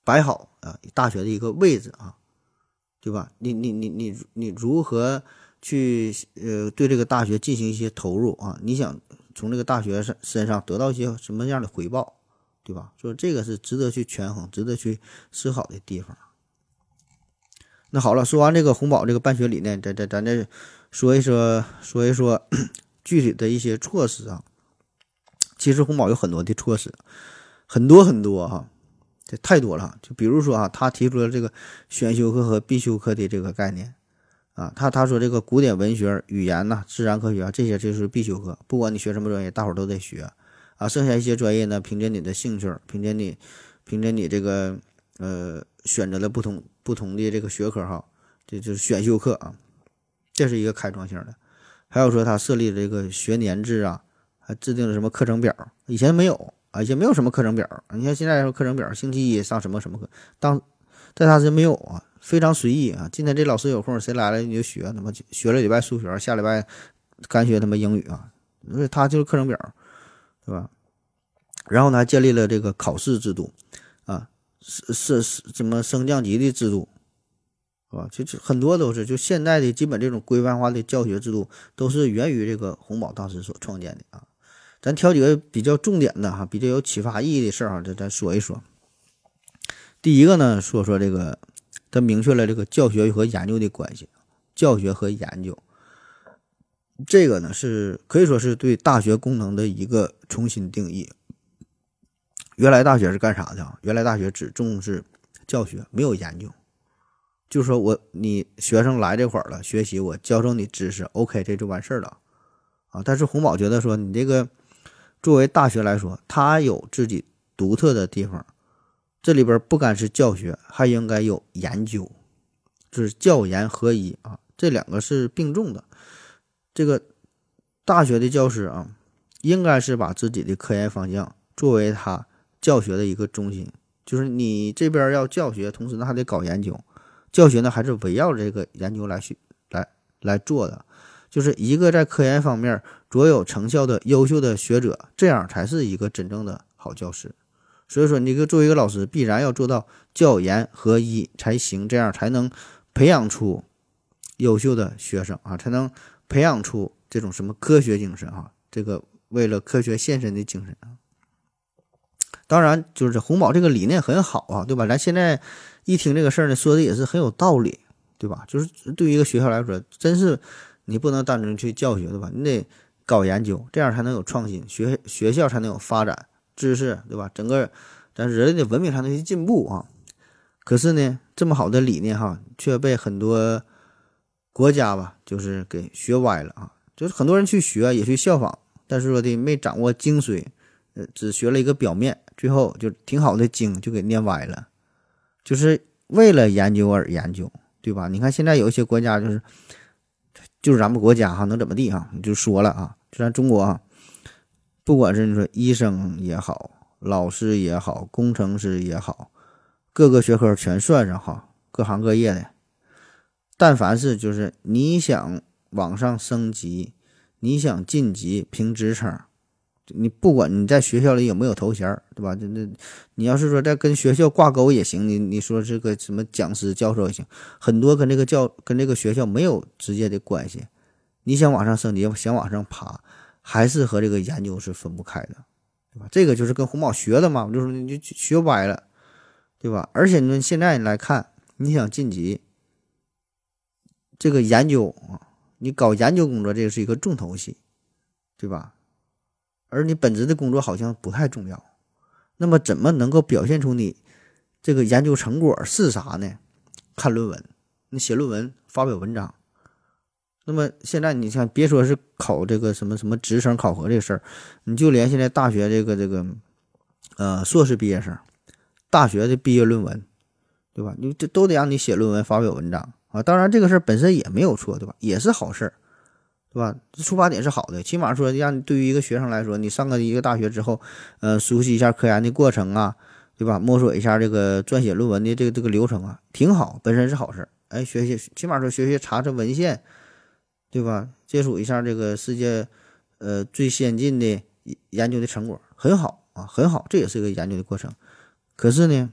摆好啊大学的一个位置啊，对吧？你你你你你如何去呃对这个大学进行一些投入啊？你想从这个大学身身上得到一些什么样的回报，对吧？所以这个是值得去权衡、值得去思考的地方。那好了，说完这个红宝这个办学理念，咱咱咱再说一说说一说具体的一些措施啊。其实红宝有很多的措施，很多很多哈、啊，这太多了。就比如说啊，他提出了这个选修课和必修课的这个概念啊，他他说这个古典文学、语言呐、啊、自然科学啊，这些就是必修课，不管你学什么专业，大伙儿都得学啊。剩下一些专业呢，凭借你的兴趣，凭借你凭借你这个呃选择了不同不同的这个学科哈，这就是选修课啊，这是一个开创性的。还有说他设立了这个学年制啊。还制定了什么课程表？以前没有啊，以前没有什么课程表。你看现在说课程表，星期一上什么什么课，当在他时没有啊，非常随意啊。今天这老师有空，谁来了你就学，他妈学了礼拜数学，下礼拜干学他妈英语啊，所以他就是课程表，对吧？然后呢，还建立了这个考试制度啊，是是是什么升降级的制度，是吧？就就很多都是就现在的基本这种规范化的教学制度，都是源于这个洪堡当时所创建的啊。咱挑几个比较重点的哈，比较有启发意义的事儿哈，咱咱说一说。第一个呢，说说这个，他明确了这个教学和研究的关系。教学和研究，这个呢是可以说是对大学功能的一个重新定义。原来大学是干啥的啊？原来大学只重视教学，没有研究。就是说我你学生来这会儿了，学习我教授你知识 ，OK， 这就完事儿了啊。但是洪堡觉得说，你这个作为大学来说，它有自己独特的地方，这里边不单是教学，还应该有研究，就是教研合一啊，这两个是并重的。这个大学的教师啊，应该是把自己的科研方向作为他教学的一个中心，就是你这边要教学，同时呢还得搞研究，教学呢还是围绕这个研究来去来来做的。就是一个在科研方面卓有成效的优秀的学者，这样才是一个真正的好教师。所以说，你一个作为一个老师，必然要做到教研合一才行，这样才能培养出优秀的学生啊，才能培养出这种什么科学精神啊，这个为了科学献身的精神啊。当然，就是洪堡这个理念很好啊，对吧？咱现在一听这个事儿呢，说的也是很有道理，对吧？就是对于一个学校来说，真是。你不能单纯去教学，对吧？你得搞研究，这样才能有创新，学学校才能有发展，知识，对吧？整个咱人类的文明才能去进步啊。可是呢，这么好的理念哈，却被很多国家吧，就是给学歪了啊。就是很多人去学，也去效仿，但是说的没掌握精髓，呃，只学了一个表面，最后就挺好的经就给念歪了，就是为了研究而研究，对吧？你看现在有一些国家就是。就是咱们国家哈能怎么地哈，你就说了啊，就咱中国啊，不管是你说医生也好，老师也好，工程师也好，各个学科全算上哈，各行各业的，但凡是就是你想往上升级，你想晋级评职称，你不管你在学校里有没有头衔，对吧？这这你要是说在跟学校挂钩也行，你你说这个什么讲师教授也行，很多跟这个教跟这个学校没有直接的关系。你想往上升级，想往上爬，还是和这个研究是分不开的，对吧？这个就是跟洪堡学的嘛，我就说你就学歪了，对吧？而且你现在来看，你想晋级，这个研究啊，你搞研究工作，这个是一个重头戏，对吧？而你本职的工作好像不太重要，那么怎么能够表现出你这个研究成果是啥呢？看论文，你写论文发表文章。那么现在你看，别说是考这个什么什么职称考核这个事儿，你就连现在大学这个这个呃硕士毕业生，大学的毕业论文，对吧？你这都得让你写论文发表文章啊。当然这个事儿本身也没有错，对吧？也是好事儿。对吧？出发点是好的，起码说让对于一个学生来说，你上个一个大学之后，呃，熟悉一下科研的过程啊，对吧？摸索一下这个撰写论文的这个这个流程啊，挺好，本身是好事。哎，学习起码说学习查查文献，对吧？接触一下这个世界呃最先进的研究的成果，很好啊，很好，这也是一个研究的过程。可是呢，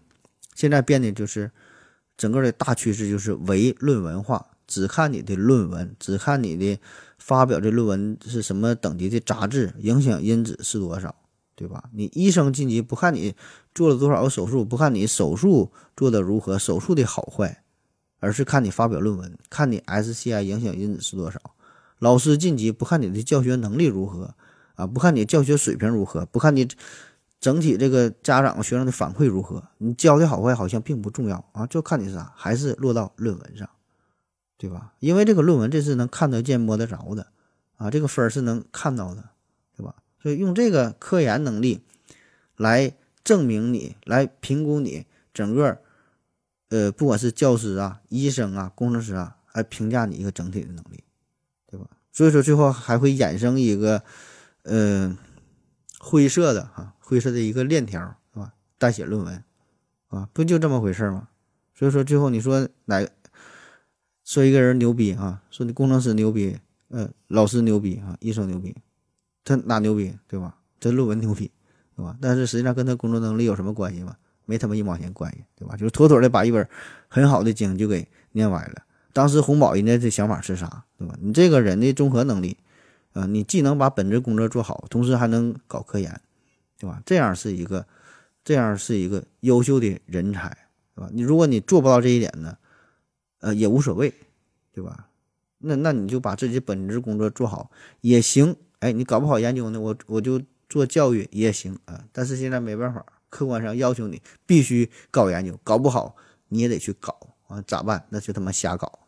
现在变得就是整个的大趋势就是唯论文化，只看你的论文，只看你的发表的论文是什么等级的杂志，影响因子是多少，对吧？你医生晋级不看你做了多少个手术，不看你手术做的如何，手术的好坏，而是看你发表论文，看你 S C I 影响因子是多少。老师晋级不看你的教学能力如何啊，不看你教学水平如何，不看你整体这个家长学生的反馈如何，你教的好坏好像并不重要啊，就看你是啥，还是落到论文上，对吧？因为这个论文这是能看得见摸得着的啊，这个分是能看到的，对吧？所以用这个科研能力来证明你，来评估你整个呃，不管是教师啊、医生啊、工程师啊，来评价你一个整体的能力，对吧？所以说最后还会衍生一个呃灰色的哈、啊、灰色的一个链条，是吧？代写论文啊，不就这么回事吗？所以说最后你说哪说一个人牛逼啊，说你工程师牛逼，呃，老师牛逼啊，医生牛逼，他哪牛逼，对吧？这论文牛逼，对吧？但是实际上跟他工作能力有什么关系吗？没他妈一毛钱关系，对吧？就是妥妥的把一本很好的经就给念歪了。当时洪堡人家这想法是啥，对吧？你这个人的综合能力，呃，你既能把本职工作做好，同时还能搞科研，对吧？这样是一个，这样是一个优秀的人才，对吧？你如果你做不到这一点呢，呃，也无所谓，对吧？那那你就把自己本职工作做好也行，哎，你搞不好研究呢，我我就做教育也行啊。但是现在没办法，客观上要求你必须搞研究，搞不好你也得去搞啊，咋办？那就他妈瞎搞。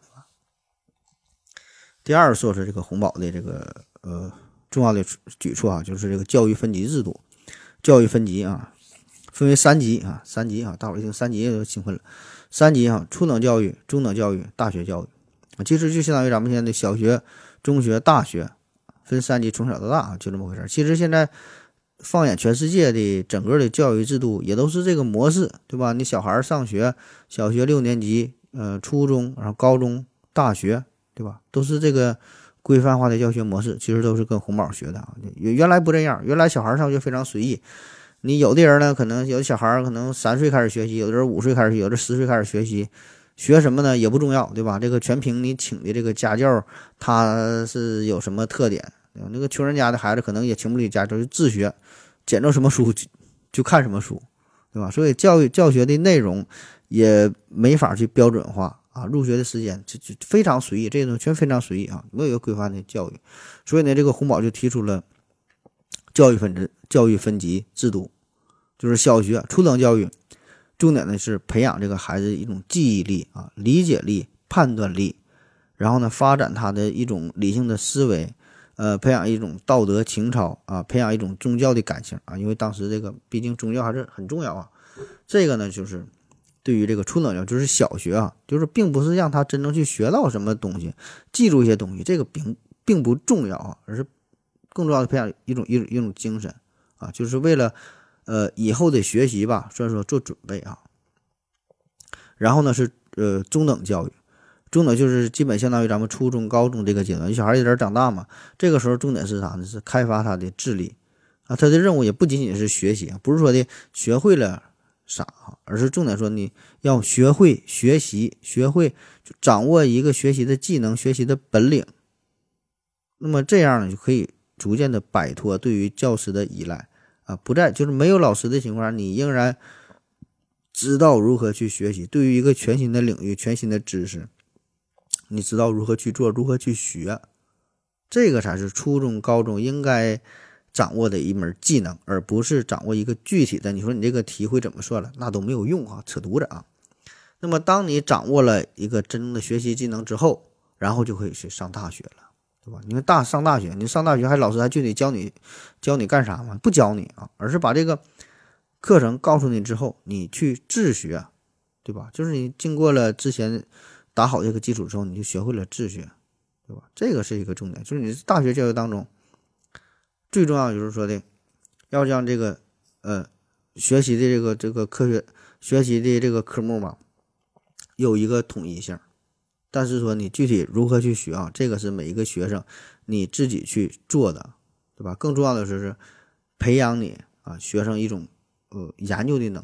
第二说是这个洪堡的这个呃重要的举措啊，就是这个教育分级制度。教育分级啊，分为三级啊，三级啊，大伙儿一听三级就兴奋了。三级啊，初等教育、中等教育、大学教育啊，其实就相当于咱们现在的小学、中学、大学分三级，从小到大啊，就这么回事。其实现在放眼全世界的整个的教育制度也都是这个模式，对吧？你小孩上学，小学六年级，呃，初中，然后高中、大学。对吧？都是这个规范化的教学模式，其实都是跟洪堡学的啊。原来不这样，原来小孩上学非常随意。你有的人呢，可能有的小孩可能三岁开始学习，有的人五岁开始学习，有的十岁开始学习，学什么呢也不重要，对吧？这个全凭你请的这个家教，他是有什么特点？那个穷人家的孩子可能也请不起家教，就自学，捡着什么书就看什么书，对吧？所以教育教学的内容也没法去标准化。啊，入学的时间就就非常随意，这种全非常随意啊，没有一个规范的教育。所以呢，这个洪堡就提出了教育分制、教育分级制度，就是小学初等教育，重点的是培养这个孩子一种记忆力啊、理解力、判断力，然后呢，发展他的一种理性的思维，呃，培养一种道德情操啊，培养一种宗教的感情啊，因为当时这个毕竟宗教还是很重要啊。这个呢，就是对于这个初等教育，就是小学啊，就是并不是让他真正去学到什么东西，记住一些东西，这个并并不重要啊，而是更重要的培养一种一种一种精神啊，就是为了呃以后的学习吧，算说做准备啊。然后呢是呃中等教育，中等就是基本相当于咱们初中、高中这个阶段，小孩有点长大嘛，这个时候重点是啥呢？是开发他的智力啊，他的任务也不仅仅是学习，不是说的学会了啥，而是重点说你要学会学习，学会掌握一个学习的技能、学习的本领。那么这样呢，就可以逐渐的摆脱对于教师的依赖啊，不在就是没有老师的情况下，你仍然知道如何去学习。对于一个全新的领域、全新的知识，你知道如何去做，如何去学，这个才是初中、高中应该掌握的一门技能，而不是掌握一个具体的，你说你这个题会怎么算了，那都没有用啊，扯犊子啊。那么当你掌握了一个真正的学习技能之后，然后就可以去上大学了，对吧？你看大上大学，你上大学还老师还具体教你教你干啥吗？不教你啊，而是把这个课程告诉你之后，你去自学，对吧？就是你经过了之前打好这个基础之后，你就学会了自学，对吧？这个是一个重点，就是你大学教育当中最重要就是说的，要让这个呃学习的这个这个科学学习的这个科目嘛，有一个统一性。但是说你具体如何去学啊，这个是每一个学生你自己去做的，对吧？更重要的是是培养你啊学生一种呃研究的能力，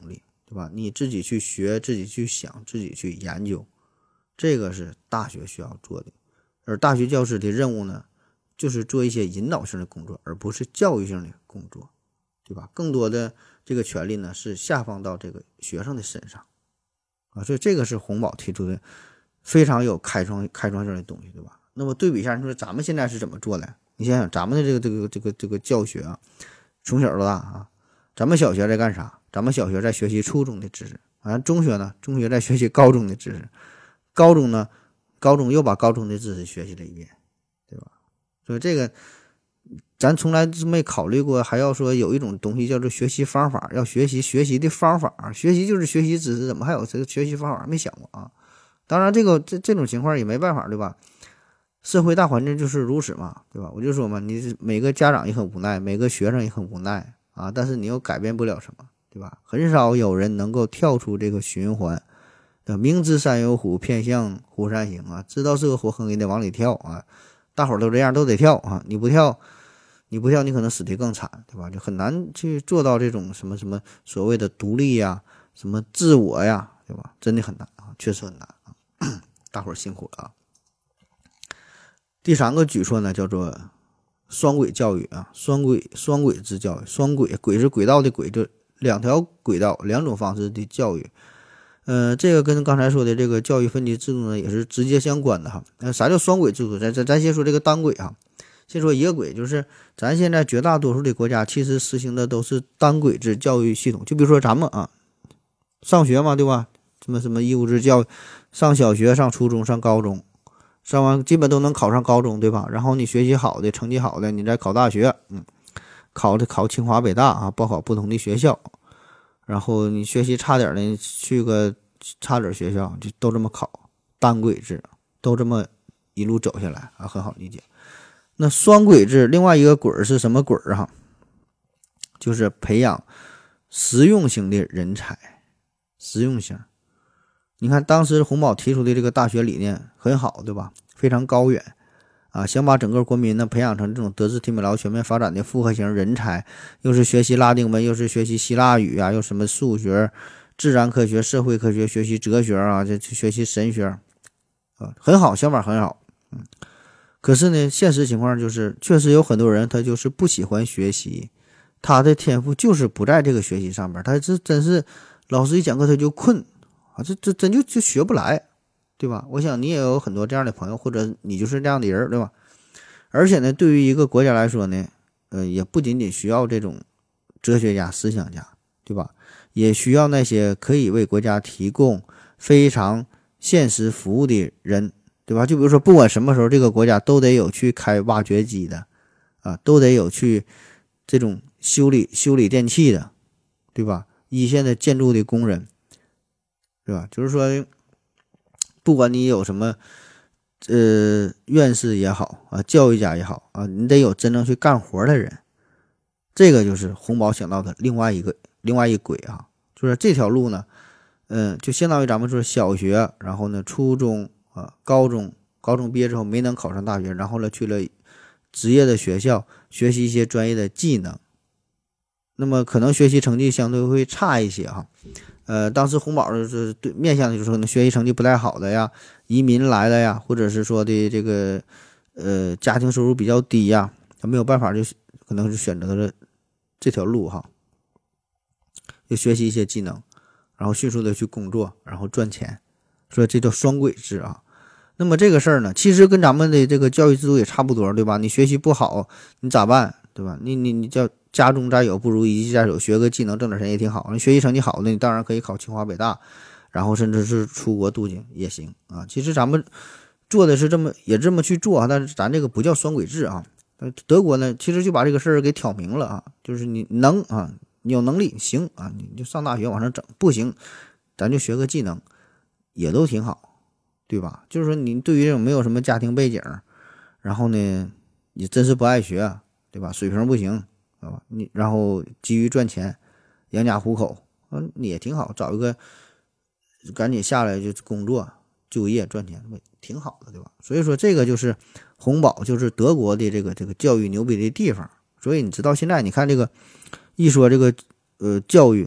对吧？你自己去学，自己去想，自己去研究，这个是大学需要做的。而大学教师的任务呢，就是做一些引导性的工作，而不是教育性的工作，对吧？更多的这个权利呢是下放到这个学生的身上啊，所以这个是洪堡提出的非常有开创开创性的东西，对吧？那么对比一下，你说咱们现在是怎么做的？你想想咱们的这个这个这个这个教学啊，从小到大啊，咱们小学在干啥？咱们小学在学习初中的知识啊，中学呢，中学在学习高中的知识，高中呢，高中又把高中的知识学习了一遍，对吧？所以这个咱从来没考虑过，还要说有一种东西叫做学习方法，要学习学习的方法，学习就是学习知识，怎么还有这个学习方法？没想过啊。当然，这个这这种情况也没办法，对吧？社会大环境就是如此嘛，对吧？我就说嘛，你每个家长也很无奈，每个学生也很无奈啊，但是你又改变不了什么，对吧？很少有人能够跳出这个循环，对吧？明知山有虎，偏向虎山行啊，知道是个火坑也得往里跳啊，大伙儿都这样，都得跳啊，你不跳，你不跳，你可能死得更惨，对吧？就很难去做到这种什么什么所谓的独立呀，什么自我呀，对吧？真的很难啊，确实很难啊，大伙儿辛苦了啊。第三个举措呢，叫做双轨教育啊，双轨双轨制教育，双轨轨是轨道的轨，就两条轨道，两种方式的教育。呃，这个跟刚才说的这个教育分级制度呢，也是直接相关的哈。呃，啥叫双轨制度？咱咱咱先说这个单轨哈，先说一个轨，就是咱现在绝大多数的国家其实实行的都是单轨制教育系统。就比如说咱们啊，上学嘛，对吧？什么什么义务制教育，上小学、上初中、上高中。上完基本都能考上高中，对吧？然后你学习好的，成绩好的，你再考大学，嗯，考的考清华北大啊，报考不同的学校。然后你学习差点的，去个差点学校，就都这么考，单轨制，都这么一路走下来啊，很好理解。那双轨制，另外一个轨是什么轨啊？就是培养实用型的人才，实用型。你看当时洪堡提出的这个大学理念很好，对吧？非常高远啊，想把整个国民呢培养成这种德智体美劳全面发展的复合型人才，又是学习拉丁文，又是学习希腊语啊，又什么数学、自然科学、社会科学，学习哲学啊，这学习神学啊，很好，想法很好。嗯，可是呢，现实情况就是确实有很多人他就是不喜欢学习，他的天赋就是不在这个学习上面，他是真是老师一讲课他就困啊，这这真就就学不来，对吧？我想你也有很多这样的朋友，或者你就是这样的人，对吧？而且呢，对于一个国家来说呢，呃，也不仅仅需要这种哲学家、思想家，对吧？也需要那些可以为国家提供非常现实服务的人，对吧？就比如说，不管什么时候，这个国家都得有去开挖掘机的，啊，都得有去这种修理修理电器的，对吧？一线的建筑的工人。对吧？就是说，不管你有什么，呃，院士也好啊，教育家也好啊，你得有真正去干活的人。这个就是洪堡想到的另外一个另外一轨啊，就是这条路呢，嗯，就相当于咱们说小学，然后呢，初中啊，高中，高中毕业之后没能考上大学，然后呢去了职业的学校学习一些专业的技能，那么可能学习成绩相对会差一些哈。呃，当时洪堡是对面向的就是说学习成绩不太好的呀，移民来的呀，或者是说的这个呃家庭收入比较低呀，他没有办法就可能是选择了这条路哈，就学习一些技能，然后迅速的去工作，然后赚钱，所以这叫双轨制啊。那么这个事儿呢，其实跟咱们的这个教育制度也差不多，对吧？你学习不好，你咋办？对吧？你你你叫家中再有不如一技在手，学个技能挣点钱也挺好。你学习成绩好的，你当然可以考清华北大，然后甚至是出国镀金也行啊。其实咱们做的是这么也这么去做啊，但是咱这个不叫双轨制啊。德国呢，其实就把这个事儿给挑明了啊，就是你能啊，你有能力行啊，你就上大学往上整，不行，咱就学个技能，也都挺好，对吧？就是说你对于这种没有什么家庭背景，然后呢，你真是不爱学，对吧？水平不行。啊，你然后急于赚钱，养家糊口，嗯，也挺好，找一个赶紧下来就工作、就业、赚钱，挺好的，对吧？所以说这个就是洪堡，就是德国的这个这个教育牛逼的地方。所以你直到现在，你看这个一说这个呃教育，对吧？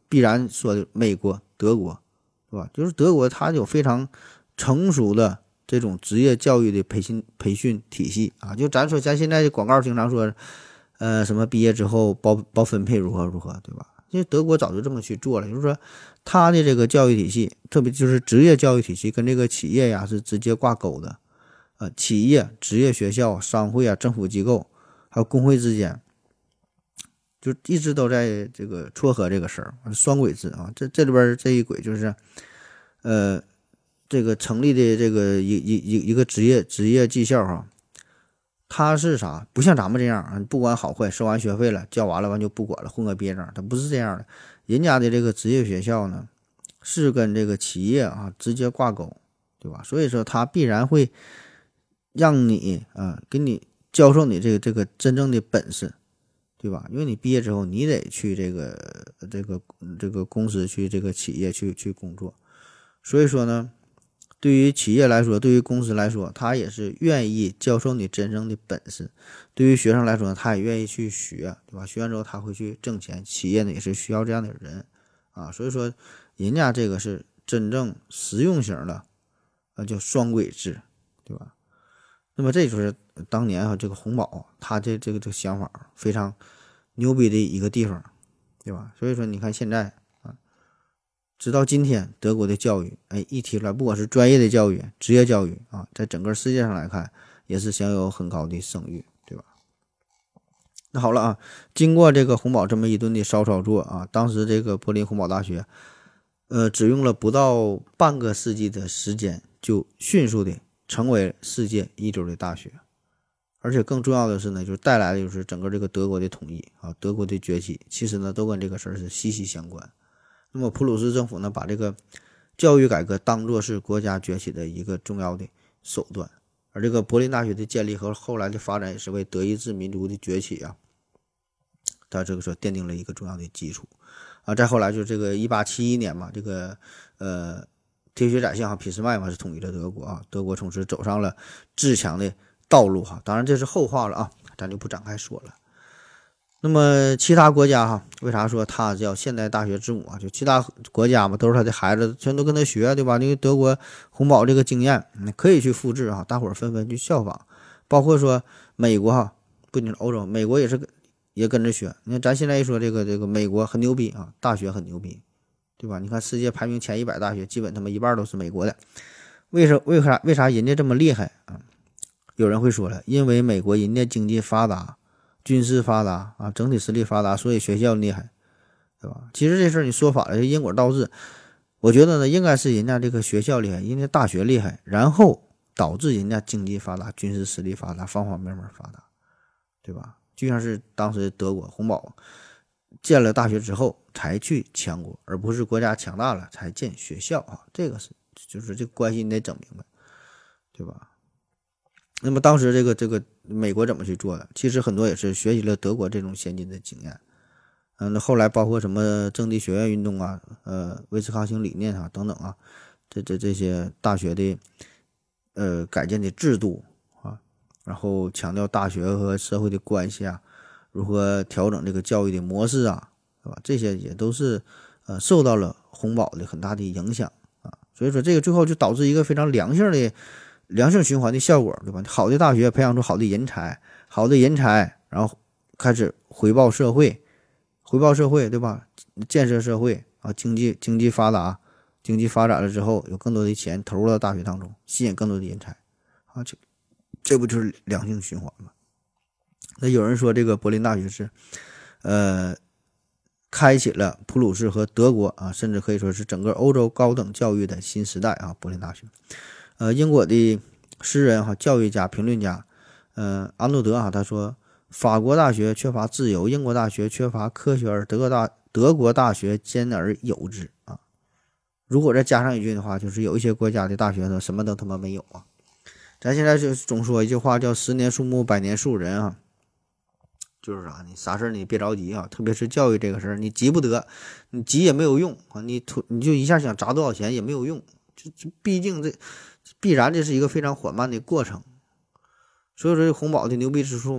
必然说的美国、德国，对吧？就是德国它有非常成熟的这种职业教育的培训培训体系啊。就咱说，咱现在的广告经常说，呃，什么毕业之后包包分配如何如何，对吧？因为德国早就这么去做了，就是说它的这个教育体系，特别就是职业教育体系跟这个企业呀是直接挂钩的。呃，企业、职业学校、商会啊、政府机构还有工会之间，就一直都在这个撮合这个事儿，双轨制啊。这这里边这一轨就是，呃，这个成立的这个一一一一个职业职业技校哈，它是啥？不像咱们这样啊，不管好坏，收完学费了，交完了完就不管了，混个毕业证，它不是这样的。人家的这个职业学校呢，是跟这个企业啊直接挂钩，对吧？所以说它必然会让你啊，给你教授你这个这个真正的本事，对吧？因为你毕业之后，你得去这个这个这个公司去这个企业去去工作，所以说呢，对于企业来说，对于公司来说，他也是愿意教授你真正的本事。对于学生来说，他也愿意去学，对吧？学完之后他会去挣钱，企业呢也是需要这样的人啊。所以说，人家这个是真正实用型的，啊，叫双轨制，对吧？那么这就是当年啊，这个洪堡他这这个这个想法非常牛逼的一个地方，对吧？所以说你看现在啊，直到今天德国的教育，哎，一提出来，不管是专业的教育、职业教育啊，在整个世界上来看，也是享有很高的声誉，对吧？那好了啊，经过这个洪堡这么一顿的骚操作啊，当时这个柏林洪堡大学，呃，只用了不到半个世纪的时间，就迅速的成为世界一流的大学，而且更重要的是呢，就是带来的就是整个这个德国的统一啊，德国的崛起，其实呢都跟这个事儿是息息相关。那么普鲁士政府呢，把这个教育改革当作是国家崛起的一个重要的手段，而这个柏林大学的建立和后来的发展也是为德意志民族的崛起啊，它这个说奠定了一个重要的基础啊。再后来就是这个一八七一年嘛，这个呃。铁血宰相俾斯麦嘛是统一了德国啊，德国从此走上了自强的道路哈。当然这是后话了啊，咱就不展开说了。那么其他国家哈，为啥说它叫现代大学之母啊？就其他国家嘛，都是他的孩子，全都跟他学，对吧？因为德国洪堡这个经验可以去复制啊，大伙儿纷纷去效仿。包括说美国哈，不仅是欧洲，美国也是也跟着学。你看咱现在一说这个这个美国很牛逼啊，大学很牛逼。对吧？你看世界排名前一百大学，基本他妈一半都是美国的。为什为啥为啥人家这么厉害啊？有人会说了，因为美国人家经济发达，军事发达啊，整体实力发达，所以学校厉害，对吧？其实这事儿你说反了，因果倒置。我觉得呢，应该是人家这个学校厉害，人家大学厉害，然后导致人家经济发达，军事实力发达，方方面面发达，对吧？就像是当时德国洪堡建了大学之后才去强国，而不是国家强大了才建学校啊，这个是就是这个关系你得整明白，对吧？那么当时这个这个美国怎么去做的？其实很多也是学习了德国这种先进的经验。嗯，那后来包括什么政地学院运动啊，呃，威斯康星理念啊等等啊，这这这些大学的呃改建的制度啊，然后强调大学和社会的关系啊。如何调整这个教育的模式啊，对吧？这些也都是呃受到了洪堡的很大的影响啊。所以说这个最后就导致一个非常良性的良性循环的效果，对吧？好的大学培养出好的人才，好的人才，然后开始回报社会，回报社会，对吧？建设社会啊，经济经济发达，经济发展了之后，有更多的钱投入到大学当中，吸引更多的人才啊，这这不就是良性循环吗？那有人说这个柏林大学是，呃，开启了普鲁士和德国啊，甚至可以说是整个欧洲高等教育的新时代啊。柏林大学，呃，英国的诗人哈、教育家、评论家，呃，阿诺德啊，他说，法国大学缺乏自由，英国大学缺乏科学，而德国大德国大学兼而有之啊。如果再加上一句的话，就是有一些国家的大学呢，什么都他妈没有啊。咱现在就总说一句话叫十年树木，百年树人啊。就是啥，你啥事儿你别着急啊，特别是教育这个事儿，你急不得，你急也没有用啊，你突你就一下想砸多少钱也没有用，这这毕竟这必然这是一个非常缓慢的过程。所以说洪堡的牛逼之处嘛，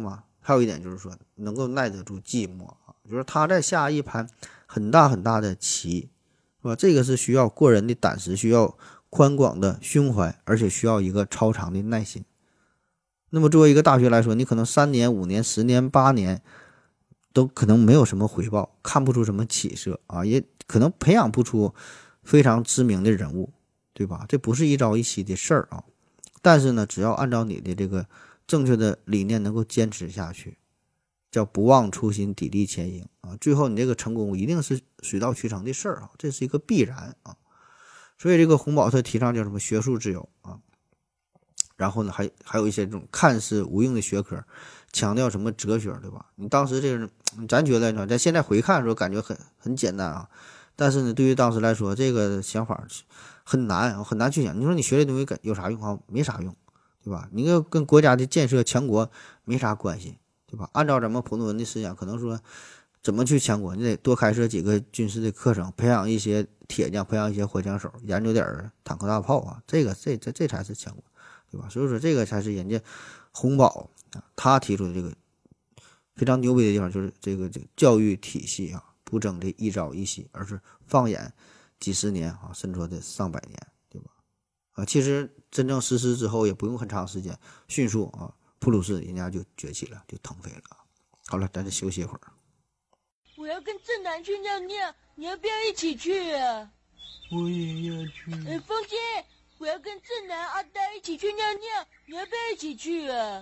还有一点就是说能够耐得住寂寞啊，就是他在下一盘很大很大的棋，是吧？这个是需要过人的胆识，需要宽广的胸怀，而且需要一个超长的耐心。那么作为一个大学来说，你可能三年、五年、十年、八年都可能没有什么回报，看不出什么起色啊，也可能培养不出非常知名的人物，对吧？这不是一朝一夕的事儿啊。但是呢，只要按照你的这个正确的理念能够坚持下去，叫不忘初心，砥砺前行啊，最后你这个成功一定是水到渠成的事儿啊，这是一个必然啊。所以这个洪堡特提倡叫什么学术自由啊，然后呢还还有一些这种看似无用的学科，强调什么哲学，对吧？你当时这个咱觉得呢，咱现在回看的时候感觉很很简单啊，但是呢对于当时来说，这个想法很难很难去想。你说你学这东西有啥用啊？没啥用，对吧？你跟跟国家的建设强国没啥关系，对吧？按照咱们普通人的思想，可能说怎么去强国，你得多开设几个军事的课程，培养一些铁匠，培养一些火枪手，研究点坦克大炮啊，这个这这这才是强国，对吧？所以说这个才是人家洪堡啊他提出的这个非常牛逼的地方，就是这个这个教育体系啊，不争这一朝一夕，而是放眼几十年啊，甚至说这上百年，对吧？啊，其实真正实施之后也不用很长时间，迅速啊，普鲁士人家就崛起了，就腾飞了。好了，咱就休息一会儿。 我要跟正南去尿尿，你要不要一起去啊？ 我也要去。 哎，风姐，我要跟正南、阿呆一起去尿尿，你要不要一起去啊？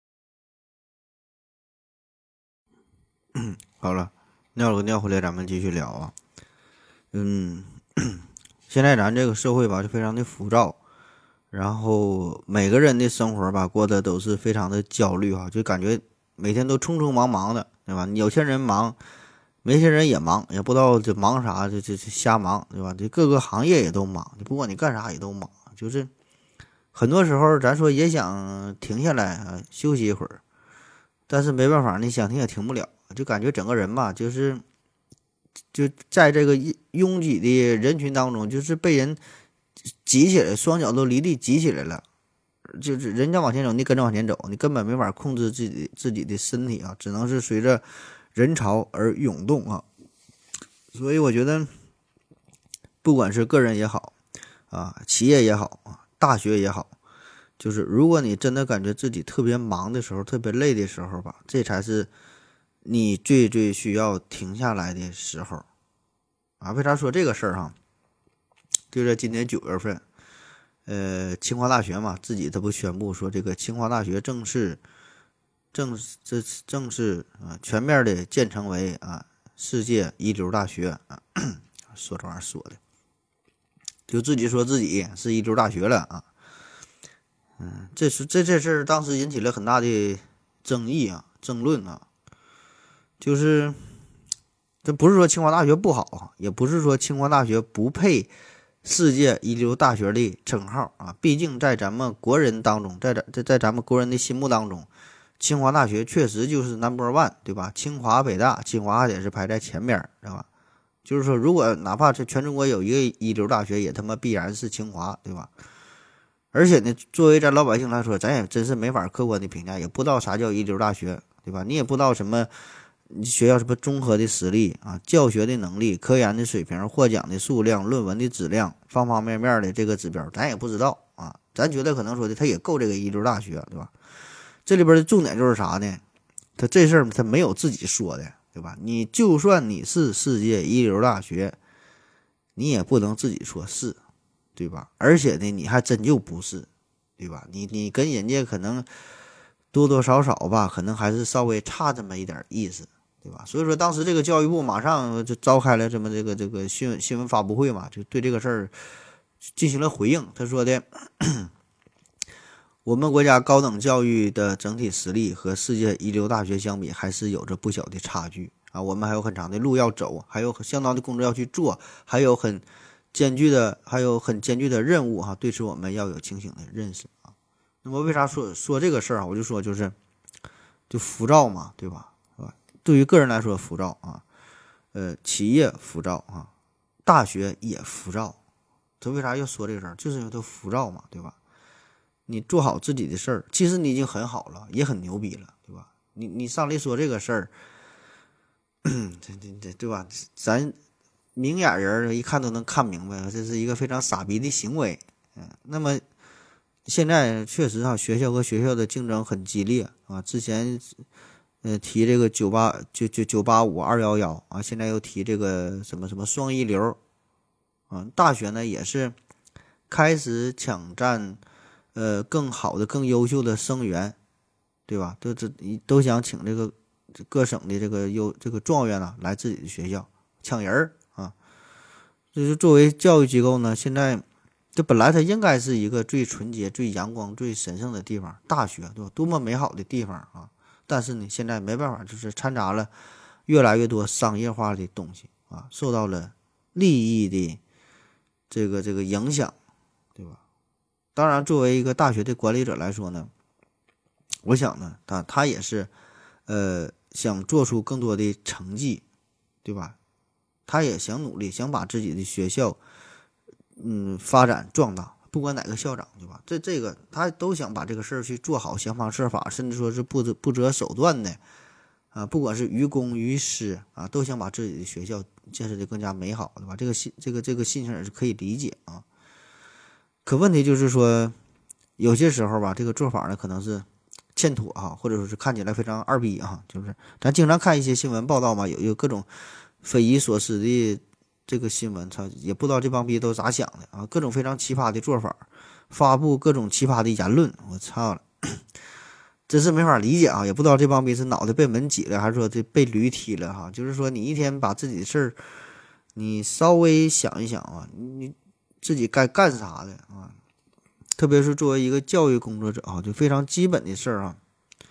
好了，尿了个尿回来，咱们继续聊啊。嗯，现在咱这个社会吧，就非常的浮躁，然后每个人的生活吧，过得都是非常的焦虑哈，就感觉每天都匆匆忙忙的，对吧？有些人忙，没些人也忙，也不知道这忙啥，就就瞎忙，对吧？这各个行业也都忙，不管你干啥也都忙，就是很多时候咱说也想停下来啊，休息一会儿，但是没办法，你想停也停不了，就感觉整个人吧，就是就在这个拥挤的人群当中，就是被人挤起来，双脚都离地挤起来了。就是人家往前走，你跟着往前走，你根本没法控制自己自己的身体啊，只能是随着人潮而涌动啊。所以我觉得，不管是个人也好啊，企业也好啊，大学也好，就是如果你真的感觉自己特别忙的时候，特别累的时候吧，这才是你最最需要停下来的时候啊。为啥说这个事儿哈？就在今年九月份。呃，清华大学嘛，自己他不宣布说这个清华大学正式正这正式啊全面的建成为啊世界一流大学啊，说这玩意儿说的，就自己说自己是一流大学了啊。嗯，这是这这事儿当时引起了很大的争议啊，争论啊，就是这不是说清华大学不好，也不是说清华大学不配世界一流大学的称号啊，毕竟在咱们国人当中，在在在咱们国人的心目当中，清华大学确实就是 number one， 对吧？清华、北大，清华也是排在前面，对吧？就是说，如果哪怕是全中国有一个一流大学，也他妈必然是清华，对吧？而且呢，作为咱老百姓来说，咱也真是没法客观的评价，也不知道啥叫一流大学，对吧？你也不知道什么学校什么综合的实力啊，教学的能力、科研的水平、获奖的数量、论文的质量，方方面面的这个指标，咱也不知道啊。咱觉得可能说的，他也够这个一流大学，对吧？这里边的重点就是啥呢？他这事儿他没有自己说的，对吧？你就算你是世界一流大学，你也不能自己说是，对吧？而且呢，你还真就不是，对吧？你你跟人家可能多多少少吧，可能还是稍微差这么一点意思。对吧？所以说当时这个教育部马上就召开了这么这个这个新闻新闻发布会嘛，就对这个事儿进行了回应。他说的，我们国家高等教育的整体实力和世界一流大学相比，还是有着不小的差距啊。我们还有很长的路要走，还有相当的工作要去做，还有很艰巨的还有很艰巨的任务哈、啊。对此我们要有清醒的认识啊。那么为啥说说这个事儿啊？我就说就是就浮躁嘛，对吧？对于个人来说浮躁啊，呃，企业浮躁啊，大学也浮躁。他为啥要说这个事儿？就是因为他浮躁嘛，对吧？你做好自己的事儿，其实你已经很好了，也很牛逼了，对吧？ 你你上来说这个事儿，这这这对吧？咱明眼人一看都能看明白，这是一个非常傻逼的行为。嗯，那么现在确实啊，学校和学校的竞争很激烈啊。之前呃提这个九八九九九八五二幺幺啊，现在又提这个什么什么双一流啊。大学呢也是开始抢占呃更好的、更优秀的生源，对吧？都这都想请这个各省的这个优这个状元啊来自己的学校抢人儿啊。就是作为教育机构呢，现在这本来它应该是一个最纯洁、最阳光、最神圣的地方，大学对吧？多么美好的地方啊！但是呢，现在没办法，就是掺杂了越来越多商业化的东西啊，受到了利益的这个这个影响，对吧？当然，作为一个大学的管理者来说呢，我想呢，他他也是呃想做出更多的成绩，对吧？他也想努力，想把自己的学校嗯发展壮大，不管哪个校长，对吧？这这个他都想把这个事儿去做好，想方设法，甚至说是不择不择手段的啊，不管是于公于私啊，都想把自己的学校建设的更加美好，对吧？这个心这个这个心情也是可以理解啊。可问题就是说，有些时候吧，这个做法呢可能是欠妥啊，或者说是看起来非常二逼啊，就是咱经常看一些新闻报道嘛，有有各种匪夷所思的这个新闻，操，也不知道这帮逼都咋想的啊，各种非常奇葩的做法，发布各种奇葩的言论，我操了，真是没法理解啊！也不知道这帮逼是脑袋被门挤了，还是说这被驴踢了哈？就是说，你一天把自己的事儿，你稍微想一想啊，你自己该干啥的啊？特别是作为一个教育工作者啊，就非常基本的事儿啊。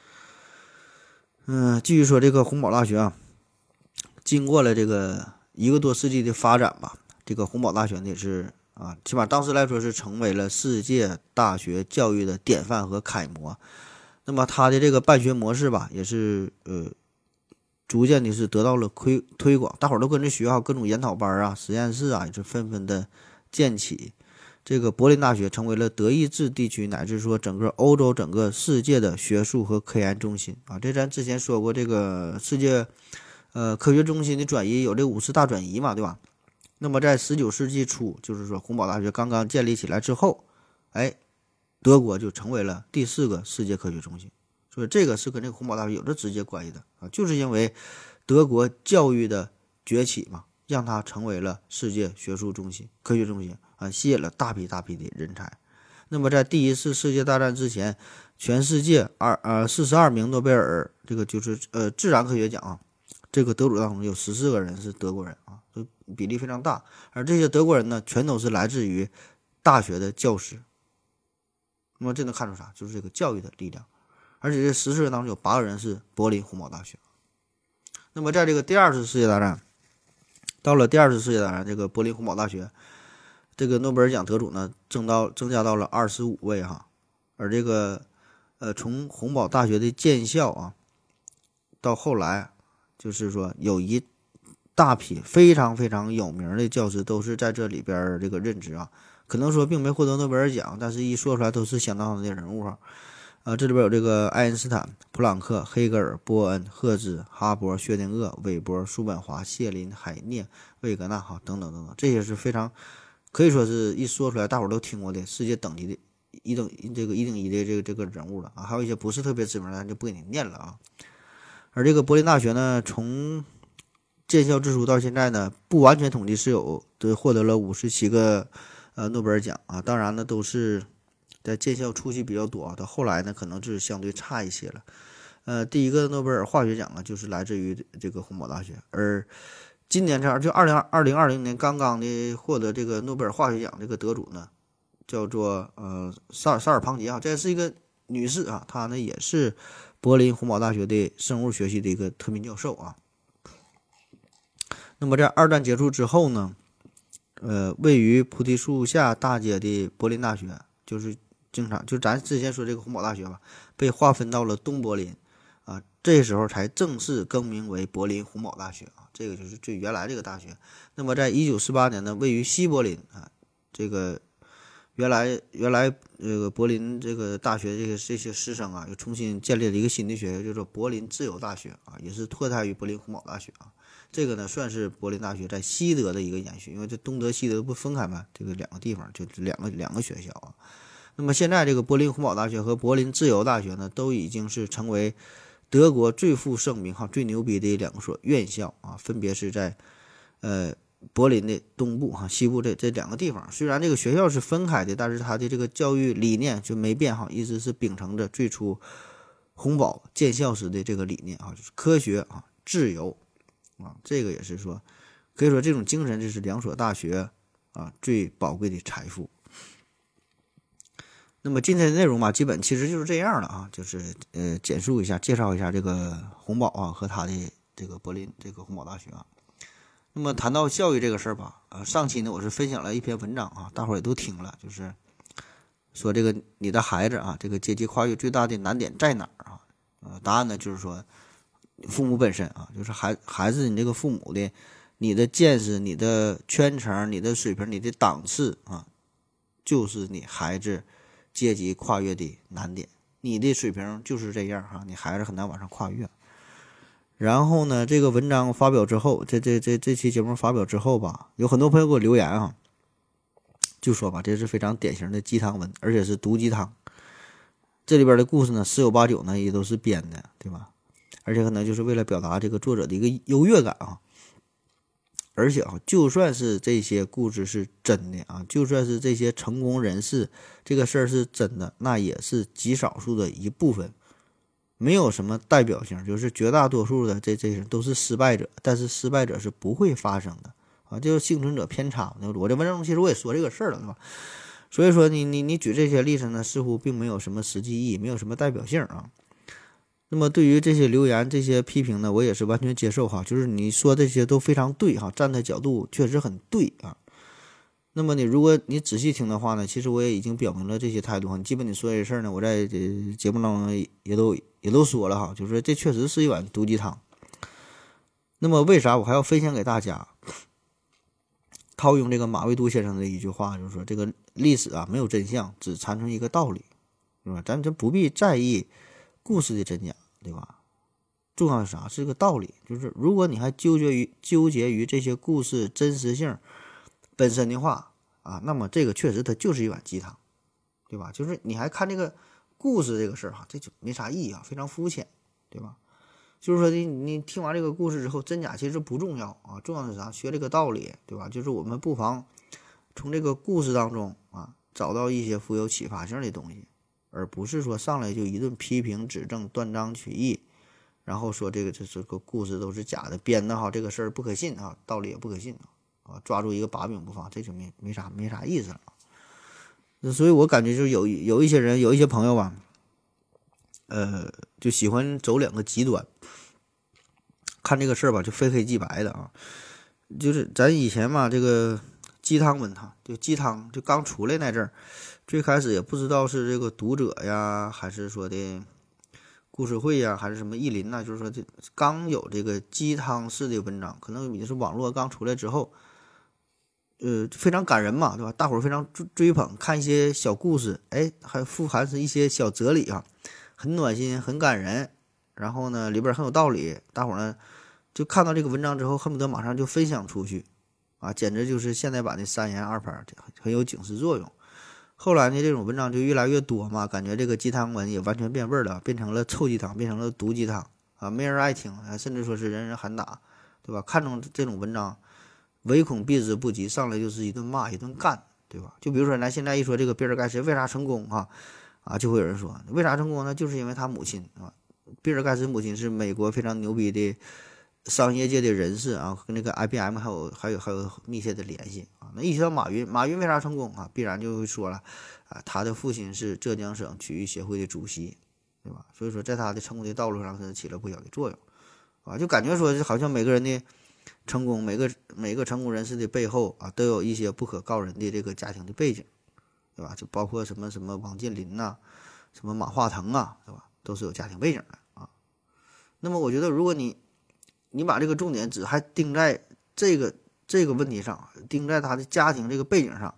嗯，继续说这个洪堡大学啊，经过了这个一个多世纪的发展吧，这个洪堡大学呢也是啊，起码当时来说是成为了世界大学教育的典范和楷模。那么它的这个办学模式吧，也是呃逐渐的是得到了推推广，大伙儿都跟着学校各种研讨班啊、实验室啊，也是纷纷的建起。这个柏林大学成为了德意志地区乃至说整个欧洲、整个世界的学术和科研中心啊。这咱之前说过，这个世界呃科学中心的转移有这五次大转移嘛，对吧？那么在十九世纪初，就是说洪堡大学刚刚建立起来之后，哎，德国就成为了第四个世界科学中心。所以这个是跟这个洪堡大学有着直接关系的啊，就是因为德国教育的崛起嘛，让它成为了世界学术中心、科学中心啊，吸引了大批大批的人才。那么在第一次世界大战之前，全世界二呃四十二名诺贝尔这个就是呃自然科学奖啊，这个得主当中有十四个人是德国人啊，就比例非常大。而这些德国人呢，全都是来自于大学的教师。那么这能看出啥？就是这个教育的力量。而且这十四个当中有八个人是柏林洪堡大学。那么在这个第二次世界大战，到了第二次世界大战，这个柏林洪堡大学这个诺贝尔奖得主呢，增到增加到了二十五位哈。而这个呃，从洪堡大学的建校啊，到后来就是说有一大批非常非常有名的教师都是在这里边这个任职啊。可能说并没获得诺贝尔奖，但是一说出来都是相当的人物哈。啊，这里边有这个爱因斯坦、普朗克、黑格尔、波恩、赫兹、哈勃、薛定谔、韦伯、叔本华、谢林、海涅、魏格纳哈等等等等，这些是非常可以说是一说出来大伙都听过的世界等级的一等这个一等一的这个这个人物了啊。还有一些不是特别知名的，咱就不给你念了啊。而这个柏林大学呢，从建校之初到现在呢，不完全统计是有的获得了五十七个呃诺贝尔奖啊，当然呢都是在建校初期比较多啊，到后来呢可能是相对差一些了。呃，第一个诺贝尔化学奖啊，就是来自于这个洪堡大学，而今年这就二零二零二零年刚刚的获得这个诺贝尔化学奖这个得主呢，叫做呃萨尔萨尔庞杰啊，这是一个女士啊，她呢也是柏林洪堡大学的生物学系的一个特聘教授啊。那么在二战结束之后呢，呃，位于菩提树下大街的柏林大学，就是经常就咱之前说这个洪堡大学吧，被划分到了东柏林啊，这时候才正式更名为柏林洪堡大学啊，这个就是最原来这个大学。那么在一九四八年呢，位于西柏林啊，这个原来原来这个柏林这个大学这个这些师生啊，又重新建立了一个新的学校，叫做柏林自由大学啊，也是脱胎于柏林洪堡大学啊。这个呢，算是柏林大学在西德的一个延续，因为这东德西德不分开嘛，这个两个地方就两个两个学校啊。那么现在这个柏林洪堡大学和柏林自由大学呢，都已经是成为德国最负盛名哈、最牛逼的两所院校啊，分别是在呃。柏林的东部哈、西部这这两个地方，虽然这个学校是分开的，但是它的这个教育理念就没变哈，一直是秉承着最初洪堡建校时的这个理念啊，就是科学啊、自由啊，这个也是说，可以说这种精神，这是两所大学啊最宝贵的财富。那么今天的内容嘛，基本其实就是这样了啊，就是呃简述一下，介绍一下这个洪堡啊和它的这个柏林这个洪堡大学啊。那么谈到教育这个事儿吧，呃，上期呢我是分享了一篇文章啊，大伙儿也都听了，就是说这个你的孩子啊，这个阶级跨越最大的难点在哪儿啊？呃，答案呢就是说，父母本身啊，就是孩孩子你这个父母的，你的见识、你的圈层、你的水平、你的档次啊，就是你孩子阶级跨越的难点。你的水平就是这样哈、啊，你孩子很难往上跨越。然后呢，这个文章发表之后，这这这这期节目发表之后吧，有很多朋友给我留言啊，就说吧，这是非常典型的鸡汤文，而且是毒鸡汤。这里边的故事呢，十有八九呢也都是编的，对吧？而且可能就是为了表达这个作者的一个优越感啊。而且啊，就算是这些故事是真的啊，就算是这些成功人士这个事儿是真的，那也是极少数的一部分。没有什么代表性，就是绝大多数的这这些都是失败者，但是失败者是不会发生的啊，就是幸存者偏差。我这文章中其实我也说这个事儿了，对吧？所以说你你你举这些例子呢，似乎并没有什么实际意义，没有什么代表性啊。那么对于这些留言、这些批评呢，我也是完全接受哈，就是你说这些都非常对哈，站的角度确实很对啊。那么你如果你仔细听的话呢，其实我也已经表明了这些态度。你基本你说这事儿呢，我在这节目当中也都也都说了哈，就是这确实是一碗毒鸡汤。那么为啥我还要分享给大家？套用这个马未都先生的一句话，就是说这个历史啊没有真相，只残存一个道理，对吧？咱就不必在意故事的真假，对吧？重要是啥？是个道理，就是如果你还纠结于纠结于这些故事真实性本身的话啊，那么这个确实它就是一碗鸡汤，对吧？就是你还看这个故事这个事儿哈，这就没啥意义啊，非常肤浅，对吧？就是说你你听完这个故事之后，真假其实不重要啊，重要的是啥？学这个道理，对吧？就是我们不妨从这个故事当中啊，找到一些富有启发性的东西，而不是说上来就一顿批评指正、断章取义，然后说这个这这个故事都是假的、编的哈，这个事儿不可信啊，道理也不可信啊。啊，抓住一个把柄不放，这就没没啥没啥意思了。那所以我感觉就是有有一些人，有一些朋友吧，呃，就喜欢走两个极端，看这个事儿吧，就非黑即白的啊。就是咱以前嘛，这个鸡汤文哈，就鸡汤就刚出来那阵儿，最开始也不知道是这个读者呀，还是说的故事会呀，还是什么意林呐，就是说这刚有这个鸡汤式的文章，可能也是网络刚出来之后。呃，非常感人嘛，对吧？大伙儿非常追追捧，看一些小故事，哎，还富含是一些小哲理啊，很暖心，很感人。然后呢，里边很有道理，大伙儿呢就看到这个文章之后，恨不得马上就分享出去，啊，简直就是现代版的三言二拍，很有警示作用。后来呢，这种文章就越来越多嘛，感觉这个鸡汤文也完全变味儿了，变成了臭鸡汤，变成了毒鸡汤啊，没人爱听，甚至说是人人喊打，对吧？看中这种文章。唯恐避之不及，上来就是一顿骂一顿干，对吧？就比如说咱现在一说这个比尔盖茨为啥成功啊啊，就会有人说为啥成功呢？就是因为他母亲啊，比尔盖茨母亲是美国非常牛逼的商业界的人士啊，跟那个 I B M 还有还有还有密切的联系啊。那一提到马云，马云为啥成功啊？必然就会说了啊，他的父亲是浙江省曲艺协会的主席，对吧？所以说在他的成功的道路上是起了不小的作用啊，就感觉说好像每个人的成功，每个每个成功人士的背后啊，都有一些不可告人的这个家庭的背景，对吧？就包括什么什么王健林呐、啊，什么马化腾啊，对吧？都是有家庭背景的啊。那么我觉得，如果你你把这个重点只还盯在这个这个问题上，盯在他的家庭这个背景上，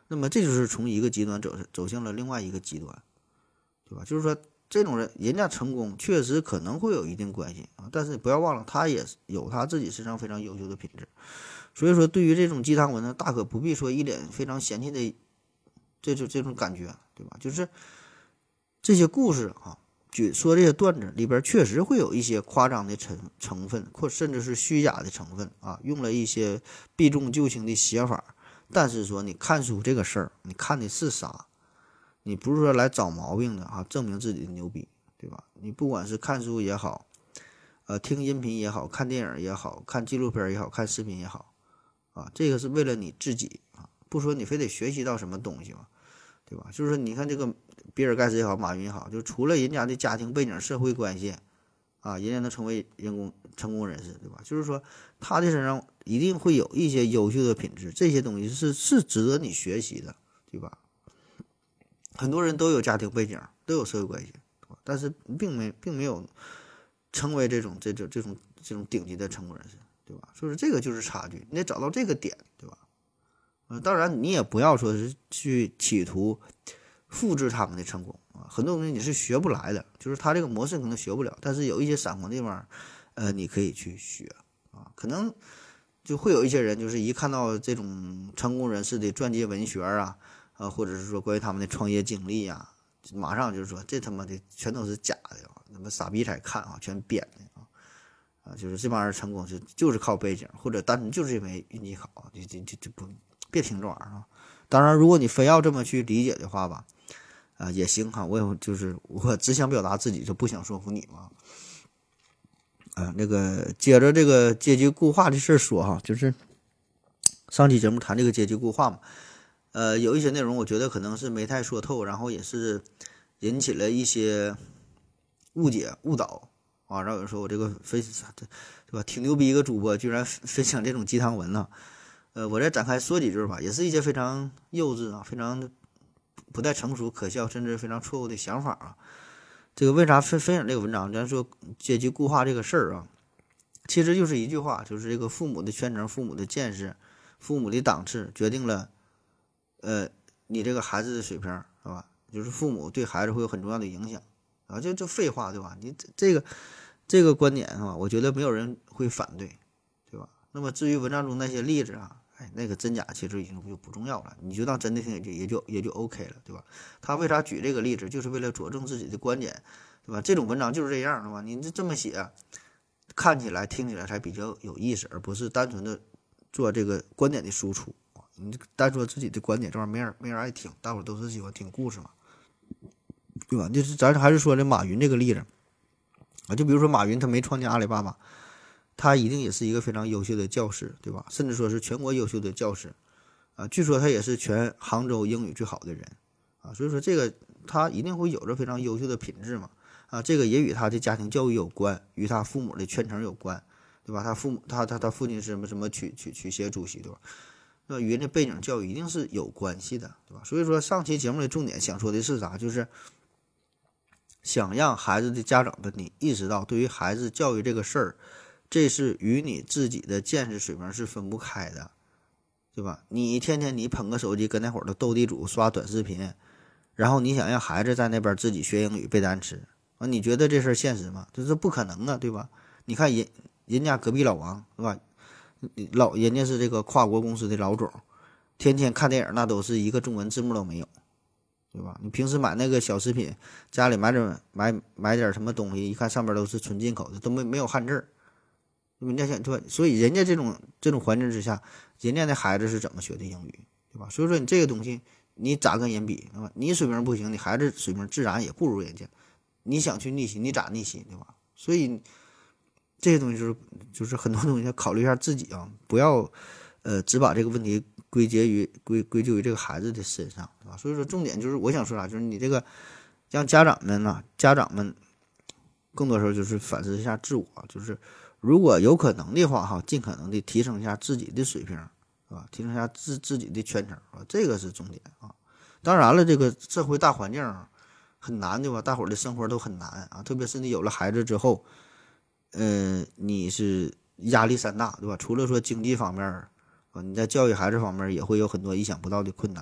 那么这就是从一个极端走走向了另外一个极端，对吧？就是说这种人人家成功确实可能会有一定关系啊，但是不要忘了他也有他自己身上非常优秀的品质。所以说对于这种鸡汤文呢，大可不必说一脸非常嫌弃的这种这种感觉，对吧？就是这些故事啊，举说这些段子里边确实会有一些夸张的成成分，或甚至是虚假的成分啊，用了一些避重就轻的写法。但是说你看书这个事儿，你看的是啥？你不是说来找毛病的啊，证明自己的牛逼，对吧？你不管是看书也好，呃，听音频也好，看电影也好，看纪录片也好，看视频也好，啊，这个是为了你自己啊，不说你非得学习到什么东西嘛，对吧？就是说你看这个比尔盖茨也好，马云也好，就除了人家的家庭背景、社会关系啊，人家能成为人工成功人士，对吧？就是说他的身上一定会有一些优秀的品质，这些东西是是值得你学习的，对吧？很多人都有家庭背景，都有社会关系，但是并没并没有成为这种这种这种这种顶级的成功人士，对吧？所以说这个就是差距，你得找到这个点，对吧？呃，当然你也不要说是去企图复制他们的成功啊，很多东西你是学不来的，就是他这个模式可能学不了，但是有一些闪光地方，呃，你可以去学啊，可能就会有一些人就是一看到这种成功人士的传记文学啊。啊，或者是说关于他们的创业经历啊，马上就是说这他妈的全都是假的，他妈傻逼才看啊，全编的啊啊，就是这帮人成功是就是靠背景，或者单纯就是因为运气好，就就就就不别听这玩意儿啊。当然，如果你非要这么去理解的话吧，啊也行哈，我也就是我只想表达自己，就不想说服你嘛。啊，那个接着这个阶级固化的事儿说哈，就是上期节目谈这个阶级固化嘛。呃，有一些内容我觉得可能是没太说透，然后也是引起了一些误解误导啊。然后有人说我这个分析对吧，挺牛逼一个主播居然分享这种鸡汤文呢、啊。呃，我再展开说几句吧，也是一些非常幼稚啊、非常不太成熟、可笑甚至非常错误的想法啊。这个为啥分分享这个文章？咱说阶级固化这个事儿啊，其实就是一句话，就是这个父母的圈层、父母的见识、父母的档次决定了。呃，你这个孩子的水平是吧？就是父母对孩子会有很重要的影响啊，就就废话对吧？你这个这个观点是吧？我觉得没有人会反对，对吧？那么至于文章中那些例子啊，哎，那个真假其实已经就不重要了，你就当真的听也就也就也就 OK 了，对吧？他为啥举这个例子，就是为了佐证自己的观点，对吧？这种文章就是这样，是吧？你这这么写，看起来听起来才比较有意思，而不是单纯的做这个观点的输出。你单说自己的观点，这玩意儿没人没人爱听，大伙都是喜欢听故事嘛，对吧？就是咱还是说这马云这个例子啊，就比如说马云他没创建阿里巴巴，他一定也是一个非常优秀的教师，对吧？甚至说是全国优秀的教师啊，据说他也是全杭州英语最好的人啊，所以说这个他一定会有着非常优秀的品质嘛啊，这个也与他的家庭教育有关，与他父母的圈层有关，对吧？他父母他他他父亲是什么什么曲曲曲协主席，对吧？那与人的背景教育一定是有关系的，对吧？所以说上期节目的重点想说的是啥？就是想让孩子的家长们你意识到，对于孩子教育这个事儿，这是与你自己的见识水平是分不开的，对吧？你天天你捧个手机跟那会儿的斗地主刷短视频，然后你想让孩子在那边自己学英语背单词啊，你觉得这事儿现实吗？这是不可能啊，对吧？你看人人家隔壁老王，对吧？老人家是这个跨国公司的老总，天天看电影那都是一个中文字幕都没有，对吧？你平时买那个小食品，家里买点买买点什么东西，一看上面都是纯进口的，都没没有汉字儿。人家想说，所以人家这种这种环境之下，人家的孩子是怎么学的英语，对吧？所以说你这个东西，你咋跟人比，对吧？你水平不行，你孩子水平自然也不如人家。你想去逆袭，你咋逆袭，对吧？所以。这些东西就是就是很多东西要考虑一下自己啊，不要呃只把这个问题归结于归归咎于这个孩子的身上，对吧？所以说重点就是我想说啥，就是你这个让家长们呢，家长们更多时候就是反思一下自我，就是如果有可能的话哈，尽可能的提升一下自己的水平，是吧？提升一下自自己的圈层啊，这个是重点啊。当然了，这个社会大环境很难，对吧？大伙儿的生活都很难啊，特别是你有了孩子之后。呃，你是压力山大，对吧？除了说经济方面，啊，你在教育孩子方面也会有很多意想不到的困难，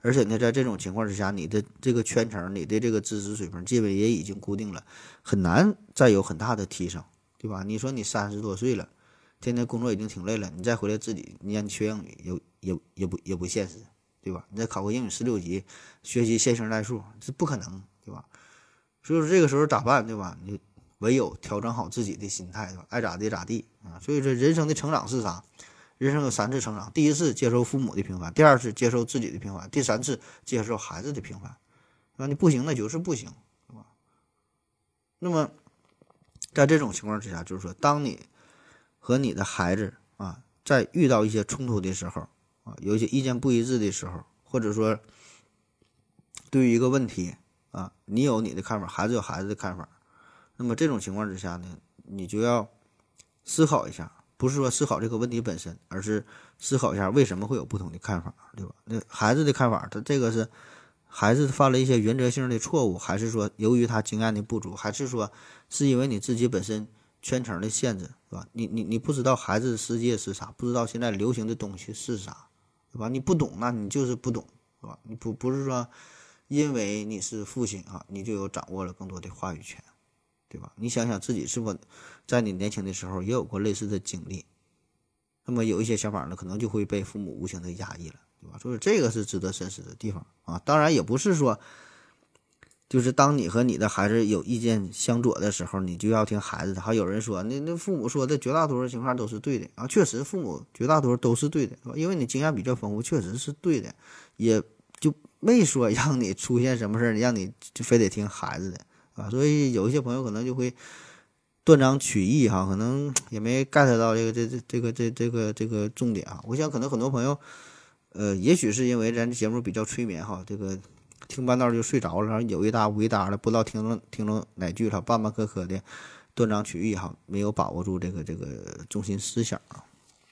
而且呢，在这种情况之下，你的这个圈层，你的这个知识水平基本也已经固定了，很难再有很大的提升，对吧？你说你三十多岁了，天天工作已经挺累了，你再回来自己，你让你学英语也也也不也不现实，对吧？你再考个英语十六级，学习线性代数，这不可能，对吧？所以说这个时候咋办，对吧？你唯有调整好自己的心态，对吧？爱咋地咋地啊！所以说人生的成长是啥？人生有三次成长，第一次接受父母的平凡，第二次接受自己的平凡，第三次接受孩子的平凡，对吧？你不行那就是不行，对吧？那么在这种情况之下，就是说，当你和你的孩子啊，在遇到一些冲突的时候啊，有一些意见不一致的时候，或者说对于一个问题啊，你有你的看法，孩子有孩子的看法，那么这种情况之下呢，你就要思考一下。不是说思考这个问题本身，而是思考一下为什么会有不同的看法，对吧？那孩子的看法，他这个是孩子犯了一些原则性的错误，还是说由于他经验的不足，还是说是因为你自己本身圈层的限制，对吧？你你你不知道孩子的世界是啥，不知道现在流行的东西是啥，对吧？你不懂，那你就是不懂，对吧？你不不是说因为你是父亲啊，你就有掌握了更多的话语权。对吧？你想想自己是否在你年轻的时候也有过类似的经历，那么有一些想法呢，可能就会被父母无情的压抑了，对吧？所以这个是值得深思的地方啊。当然也不是说，就是当你和你的孩子有意见相左的时候，你就要听孩子的。还有人说，那那父母说的绝大多数情况都是对的啊，确实父母绝大多数都是对的，因为你经验比较丰富，确实是对的，也就没说让你出现什么事儿，让你就非得听孩子的。啊，所以有一些朋友可能就会断章取义哈，可能也没 get 到这个这这这个这这个这个重点啊。我想可能很多朋友，呃，也许是因为咱节目比较催眠哈，这个听半道就睡着了，然后有一搭无一搭的，不知道听了听了哪句了，半半磕磕的断章取义哈，没有把握住这个这个中心思想啊。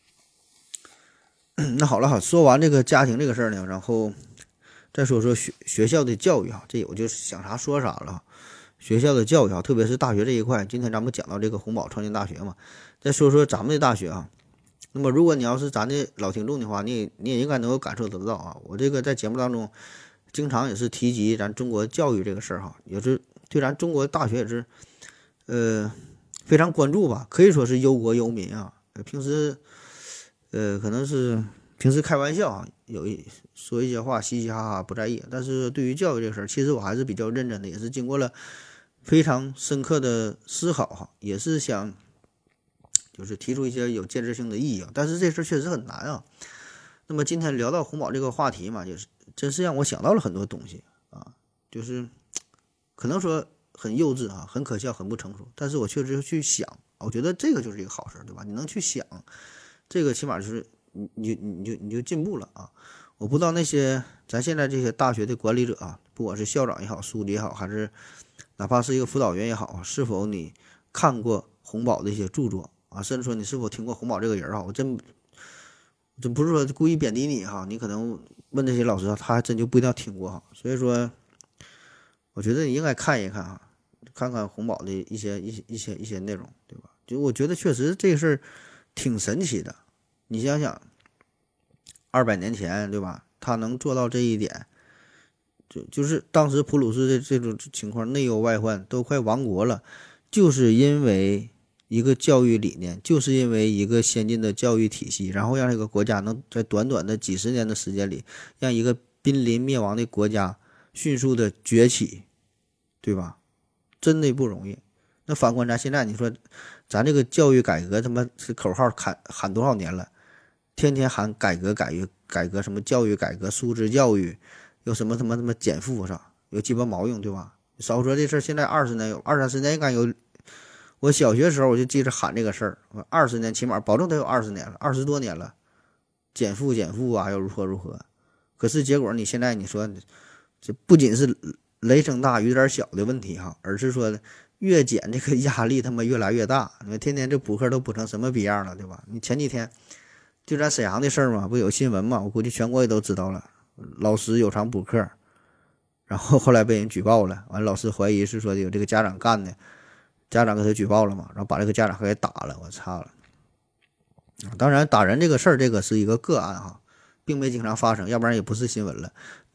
那好了哈，说完这个家庭这个事儿呢，然后再说说学学校的教育哈，这我就想啥说啥了。学校的教育啊，特别是大学这一块，今天咱们讲到这个洪堡创建大学嘛，再说说咱们的大学啊。那么如果你要是咱的老听众的话，你也你也应该能够感受得到啊。我这个在节目当中经常也是提及咱中国教育这个事儿哈，也是对咱中国大学也是呃非常关注吧，可以说是忧国忧民啊。平时呃可能是平时开玩笑啊，有一说一些话嘻嘻哈哈不在意，但是对于教育这个事儿，其实我还是比较认真的，也是经过了非常深刻的思考哈，也是想就是提出一些有建设性的意义啊。但是这事儿确实很难啊。那么今天聊到洪堡这个话题嘛，就是真是让我想到了很多东西啊，就是可能说很幼稚啊，很可笑，很不成熟，但是我确实去想，我觉得这个就是一个好事，对吧？你能去想，这个起码就是你你你就你就进步了啊。我不知道那些咱现在这些大学的管理者啊，不管是校长也好，书记也好，还是哪怕是一个辅导员也好，是否你看过洪堡的一些著作啊，甚至说你是否听过洪堡这个人啊？我真真不是说故意贬低你哈，你可能问这些老师啊，他还真就不一定要听过哈。所以说，我觉得你应该看一看啊，看看洪堡的一些一些一些一些内容，对吧？就我觉得确实这个事儿挺神奇的。你想想，二百年前，对吧？他能做到这一点，就就是当时普鲁士的这种情况，内忧外患，都快亡国了，就是因为一个教育理念，就是因为一个先进的教育体系，然后让这个国家能在短短的几十年的时间里，让一个濒临灭亡的国家迅速的崛起，对吧？真的不容易。那反观咱现在，你说咱这个教育改革，他妈是口号喊喊多少年了？天天喊改革改革改革，什么教育改革、素质教育，有什么他妈他妈减负上，有鸡巴毛用，对吧？少说这事儿，现在二十年有二三十年应该有。我小学的时候我就记着喊这个事儿，二十年起码保证得有二十年了，二十多年了，减负减负啊，要如何如何。可是结果你现在你说，这不仅是雷声大雨点小的问题哈，而是说越减这个压力他妈越来越大。你天天这补课都补成什么逼样了，对吧？你前几天就咱沈阳的事儿嘛，不有新闻嘛？我估计全国也都知道了，老师有偿补课，然后后来被人举报了，完老师怀疑是说有这个家长干的。家长给他举报了嘛，然后把这个家长给打了，我操了！当然，打人这个事儿，这个是一个个案哈，并没经常发生，要不然也不是新闻了。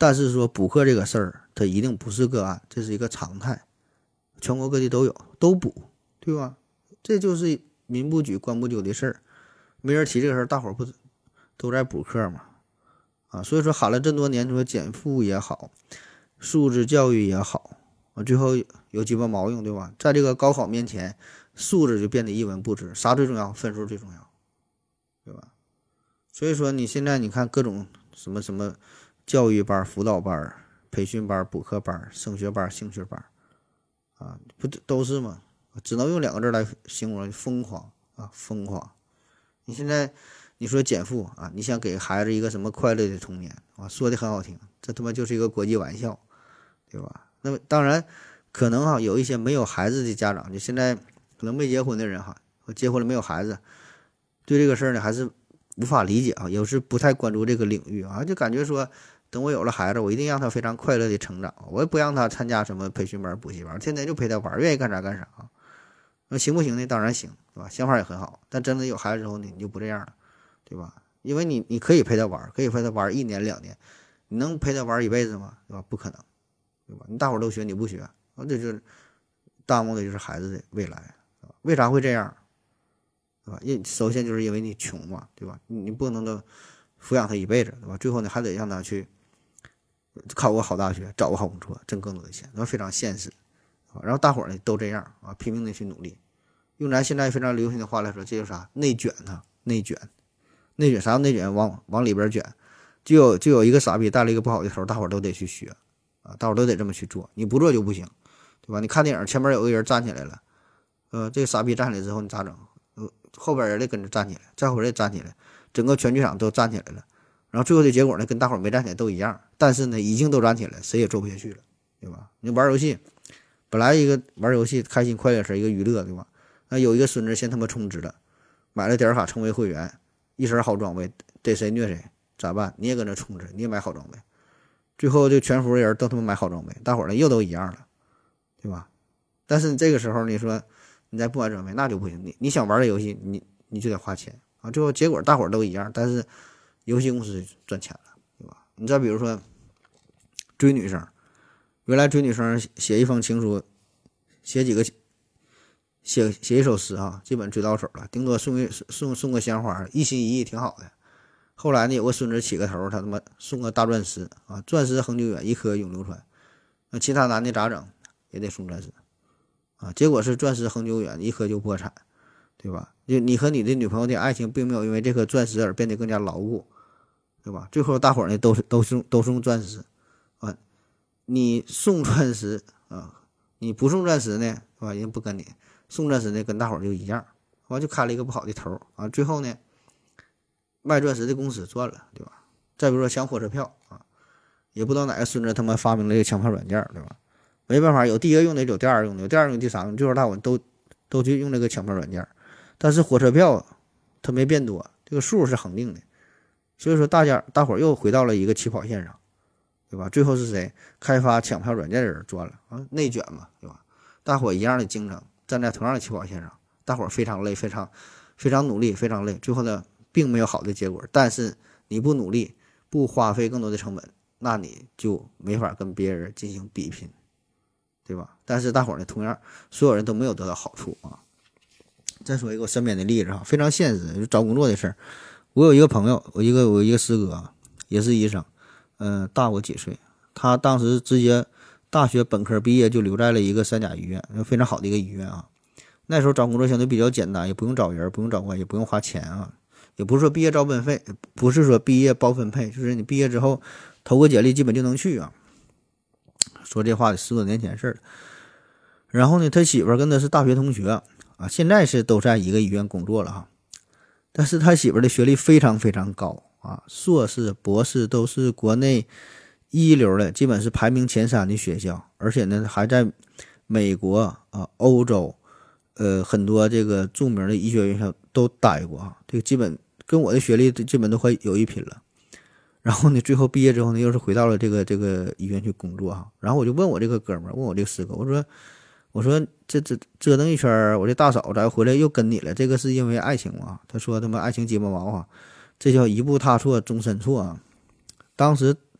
但是说补课这个事儿，它一定不是个案，这是一个常态，全国各地都有，都补，对吧？这就是民不举，官不究的事儿，没人提这个事儿，大伙儿不都在补课吗？啊，所以说喊了这么多年，说减负也好，素质教育也好，啊，最后有鸡巴毛用，对吧？在这个高考面前，素质就变得一文不值，啥最重要？分数最重要，对吧？所以说你现在你看各种什么什么教育班、辅导班、培训班、补课班、升学班、兴趣班，啊，不都是吗？只能用两个字来形容，疯狂啊，疯狂！你现在你说减负啊，你想给孩子一个什么快乐的童年啊？说的很好听，这他妈就是一个国际玩笑，对吧？那么当然可能哈，有一些没有孩子的家长，就现在可能没结婚的人哈，结婚了没有孩子，对这个事儿呢还是无法理解啊，也是不太关注这个领域啊，就感觉说等我有了孩子，我一定让他非常快乐的成长，我也不让他参加什么培训班、补习班，天天就陪他玩，愿意干啥干啥啊。那行不行呢？当然行，对吧？想法也很好，但真的有孩子之后呢，你就不这样了，对吧？因为你你可以陪他玩，可以陪他玩一年两年，你能陪他玩一辈子吗？对吧？不可能，对吧？你大伙都学，你不学，啊，这就是耽误的就是孩子的未来，为啥会这样？对吧？因首先就是因为你穷嘛，对吧？你你不能都抚养他一辈子，对吧？最后呢还得让他去考个好大学，找个好工作，挣更多的钱，那非常现实。然后大伙儿呢都这样啊，拼命的去努力。用咱现在非常流行的话来说，这就是啥？内卷呐，内卷，内卷啥叫内卷？往往里边卷，就有就有一个傻逼带了一个不好的头，大伙儿都得去学啊，大伙儿都得这么去做，你不做就不行，对吧？你看电影前面有个人站起来了，呃，这个傻逼站起来之后你咋整？呃，后边人得跟着站起来，再后边也站起来，整个全剧场都站起来了，然后最后的结果呢，跟大伙儿没站起来都一样，但是呢，已经都站起来，谁也做不下去了，对吧？你玩游戏。本来一个玩游戏开心快乐是一个娱乐，对吧？那有一个孙子先他妈充值了，买了点卡成为会员，一身好装备，逮谁虐谁，咋办？你也跟着充值，你也买好装备，最后就全服的人都他妈买好装备，大伙儿呢又都一样了，对吧？但是这个时候你说你再不买装备那就不行，你你想玩的游戏你你就得花钱啊，最后结果大伙儿都一样，但是游戏公司赚钱了，对吧？你再比如说追女生。原来追女生写一封情书，写几个写写一首诗啊，基本追到手了，顶多送个送送个鲜花，一心一意挺好的。后来呢，有个孙子起个头，他他妈送个大钻石啊，钻石恒久远，一颗永流传。那其他男的咋整？也得送钻石啊。结果是钻石恒久远，一颗就破产，对吧？就你和你的女朋友的爱情，并没有因为这颗钻石而变得更加牢固，对吧？最后大伙儿呢都是都送都送钻石啊。你送钻石啊，你不送钻石呢，是吧？人不跟你送钻石呢，跟大伙儿就一样，完就开了一个不好的头啊。最后呢，卖钻石的公司赚了，对吧？再比如说抢火车票啊，也不知道哪个孙子他妈发明了这个抢票软件，对吧？没办法，有第一个用的，有第二个用的，有第二个用第三个，最后大伙都都去用这个抢票软件，但是火车票它没变多，这个数是恒定的，所以说大家大伙儿又回到了一个起跑线上。对吧？最后是谁开发抢票软件的人赚了啊？内卷嘛，对吧？大伙一样的竞争，站在同样的起跑线上，大伙非常累，非常非常努力，非常累。最后呢，并没有好的结果。但是你不努力，不花费更多的成本，那你就没法跟别人进行比拼，对吧？但是大伙呢，同样所有人都没有得到好处啊。再说一个我身边的例子哈，非常现实，就找工作的事儿。我有一个朋友，我一个我一个师哥，也是医生。嗯、呃，大我几岁，他当时直接大学本科毕业就留在了一个三甲医院，非常好的一个医院啊。那时候找工作相对比较简单，也不用找人，不用找关系，不用花钱啊，也不是说毕业招分配，不是说毕业包分配，就是你毕业之后投个简历基本就能去啊。说这话得十多年前事儿。然后呢，他媳妇儿跟他是大学同学啊，现在是都在一个医院工作了哈。但是他媳妇儿的学历非常非常高。啊，硕士、博士都是国内一流的，基本是排名前三的学校，而且呢还在美国啊、欧洲，呃很多这个著名的医学院校都待过啊，这个基本跟我的学历基本都快有一拼了。然后呢，最后毕业之后呢，又是回到了这个这个医院去工作哈。然后我就问我这个哥们儿，问我这个师哥，我说我说这这折腾一圈，我这大嫂咋回来又跟你了？这个是因为爱情吗？他说他妈爱情鸡巴毛啊。这叫一步踏错，终身错啊！当时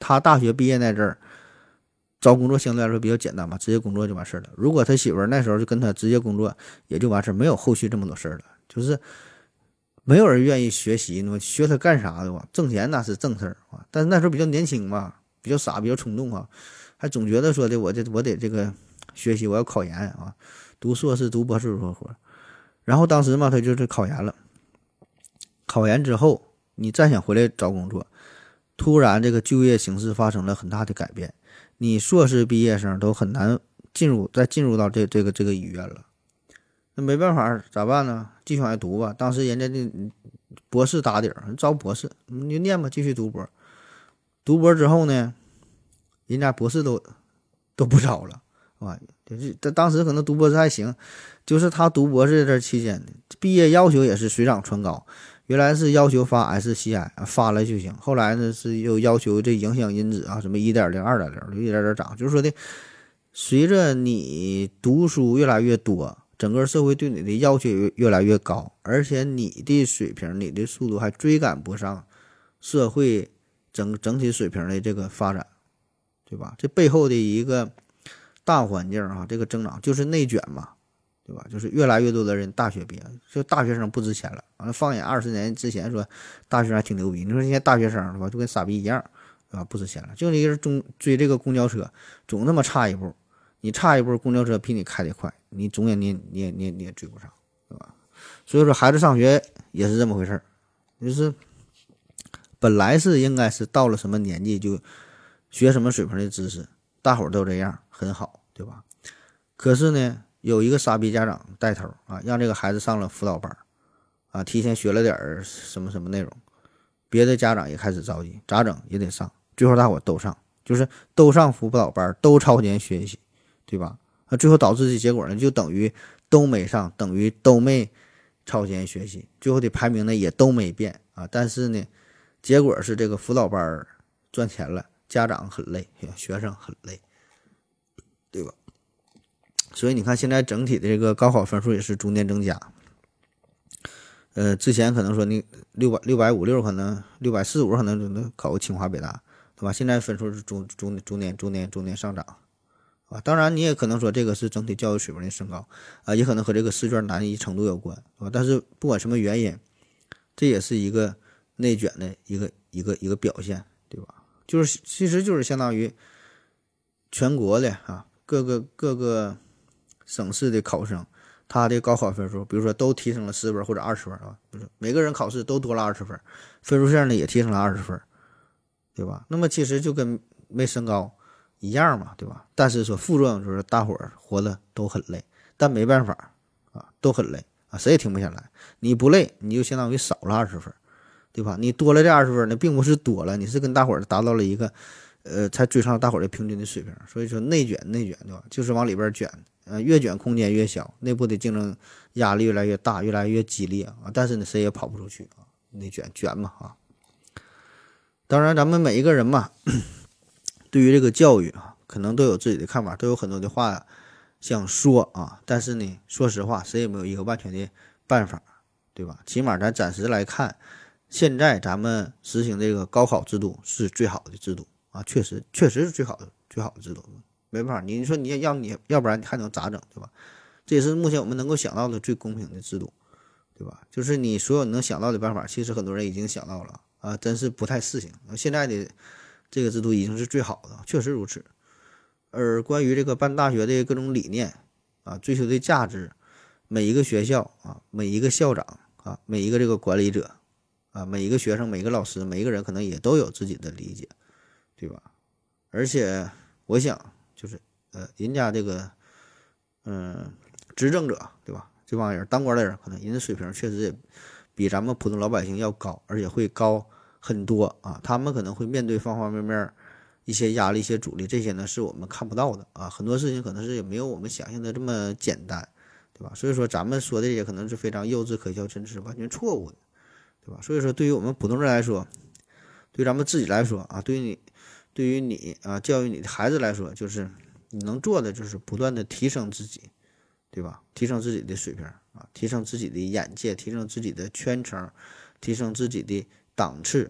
他大学毕业那阵儿，找工作相对来说比较简单嘛，直接工作就完事儿了。如果他媳妇儿那时候就跟他直接工作，也就完事儿，没有后续这么多事儿了。就是没有人愿意学习呢，学他干啥的吧？挣钱那是正事儿啊，但是那时候比较年轻嘛，比较傻，比较冲动啊，还总觉得说的我这我得这个学习，我要考研啊，读硕士、读博士说活。然后当时嘛，他就是考研了，考研之后，你再想回来找工作，突然这个就业形势发生了很大的改变，你硕士毕业生都很难进入再进入到这这个这个医院了。那没办法，咋办呢？继续往下读吧。当时人家的博士打底儿，招博士，你就念吧，继续读博。读博之后呢，人家博士都都不招了，啊，就是他当时可能读博士还行，就是他读博士这期间，毕业要求也是水涨船高。原来是要求发 S C I 发了就行，后来呢是又要求这影响因子啊，什么一点零、二点零，一点点涨。就是说的，随着你读书越来越多。整个社会对你的要求也越来越高，而且你的水平、你的速度还追赶不上社会整整体水平的这个发展，对吧？这背后的一个大环境啊，这个增长就是内卷嘛，对吧？就是越来越多的人大学毕业，就大学生不值钱了。完了，放眼二十年之前说大学生还挺牛逼，你说现在大学生对吧，就跟傻逼一样，对吧？不值钱了，就一个人中追这个公交车，总那么差一步。你差一步，公交车比你开得快，你总也你你也你也你也追不上，对吧？所以说孩子上学也是这么回事儿，就是本来是应该是到了什么年纪就学什么水平的知识，大伙儿都这样很好，对吧？可是呢，有一个傻逼家长带头啊，让这个孩子上了辅导班啊，提前学了点儿什么什么内容，别的家长也开始着急，咋整也得上，最后大伙儿都上，就是都上辅导班，都超前学习。对吧？那最后导致的结果呢，就等于都没上，等于都没超前学习，最后的排名呢也都没变啊。但是呢，结果是这个辅导班赚钱了，家长很累，学生很累，对吧？所以你看，现在整体的这个高考分数也是逐年增加。呃，之前可能说你六百六百五六，可能六百四五，可能就能考个清华北大，对吧？现在分数是逐逐逐年逐年逐年上涨。啊，当然你也可能说这个是整体教育水平的升高啊，也可能和这个试卷难易程度有关，是吧？但是不管什么原因，这也是一个内卷的一个一个一个表现，对吧？就是其实就是相当于全国的啊各个各个省市的考生，他的高考分数，比如说都提升了十分或者二十分啊，就是每个人考试都多了二十分，分数线呢也提升了二十分，对吧？那么其实就跟没升高一样嘛，对吧？但是说副作用就是大伙儿活得都很累，但没办法啊，都很累啊，谁也停不下来。你不累，你就相当于少了二十分，对吧？你多了这二十分呢，并不是多了，你是跟大伙儿达到了一个，呃，才追上大伙儿的平均的水平。所以说内卷，内卷，对吧？就是往里边卷，呃，越卷空间越小，内部的竞争压力越来越大，越来越激烈啊。但是呢，谁也跑不出去啊，内卷卷嘛啊。当然，咱们每一个人嘛。对于这个教育啊，可能都有自己的看法，都有很多的话想说啊，但是呢，说实话，谁也没有一个完全的办法，对吧？起码咱暂时来看，现在咱们实行这个高考制度是最好的制度啊，确实确实是最好的最好的制度，没办法，你说你要你要不然你还能咋整，对吧？这也是目前我们能够想到的最公平的制度，对吧？就是你所有能想到的办法，其实很多人已经想到了啊，真是不太适应。现在的这个制度已经是最好的，确实如此。而关于这个办大学的各种理念啊，追求的价值，每一个学校啊，每一个校长啊，每一个这个管理者啊，每一个学生，每一个老师，每一个人可能也都有自己的理解，对吧？而且我想，就是呃，人家这个嗯、呃，执政者，对吧？这帮人当官的人，可能人的水平确实也比咱们普通老百姓要高，而且会高很多啊，他们可能会面对方方面面一些压力、一些阻力，这些呢是我们看不到的啊，很多事情可能是也没有我们想象的这么简单，对吧？所以说咱们说的也可能是非常幼稚、可笑，甚至是完全错误的，对吧？所以说对于我们普通人来说，对咱们自己来说啊，对于你，对于你啊，教育你的孩子来说，就是你能做的就是不断的提升自己，对吧？提升自己的水平啊，提升自己的眼界，提升自己的圈层，提升自己的档次，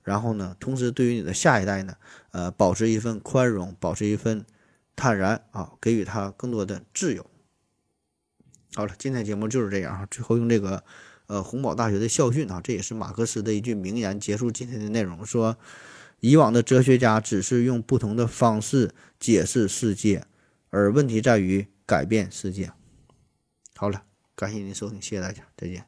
然后呢，同时对于你的下一代呢，呃，保持一份宽容，保持一份坦然啊，给予他更多的自由。好了，今天节目就是这样啊，最后用这个呃洪堡大学的校训啊，这也是马克思的一句名言，结束今天的内容，说以往的哲学家只是用不同的方式解释世界，而问题在于改变世界。好了，感谢您收听，谢谢大家，再见。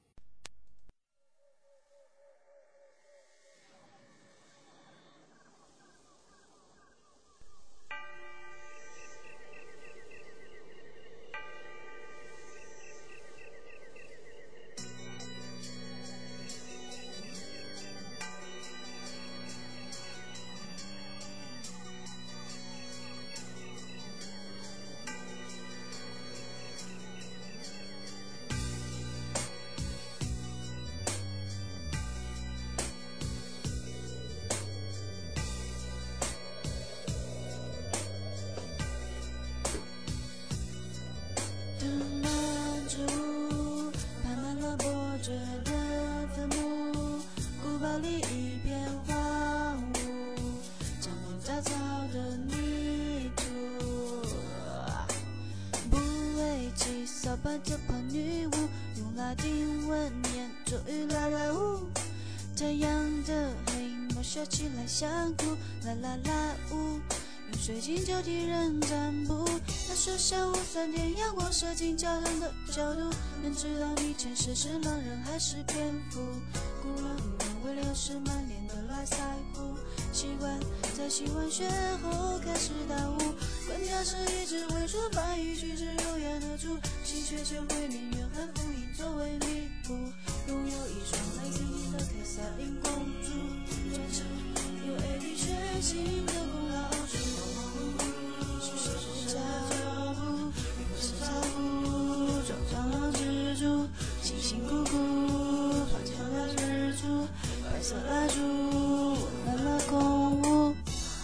这泡女巫用拉丁文念咒语啦啦呜，太阳的黑毛笑起来像哭啦啦啦呜，用水晶交替人占卜，那是下午三点阳光射进教堂的角度，能知道你前世是狼人还是蝙蝠，古老女人为了是满脸的来腮胡，习惯在洗完雪后开始打呼，关键是一直会说法语句子有眼的猪，喜鹊就会宁愿和复印作为礼物，拥有一双蓝晶晶的凯撒琳公主，专程有 A B 血型的古老鼠，是谁是家务，不是家务，装上了蜘蛛，辛辛苦苦爬墙的蜘蛛，白色蜡烛温暖了空屋。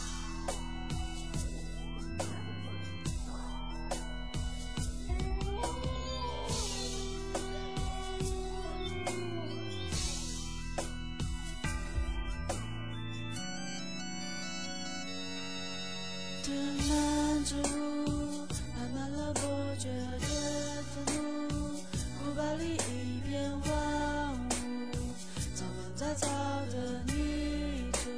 的满之物爬满了伯爵的坟墓，古巴里一片荒芜，草根杂草的泥土，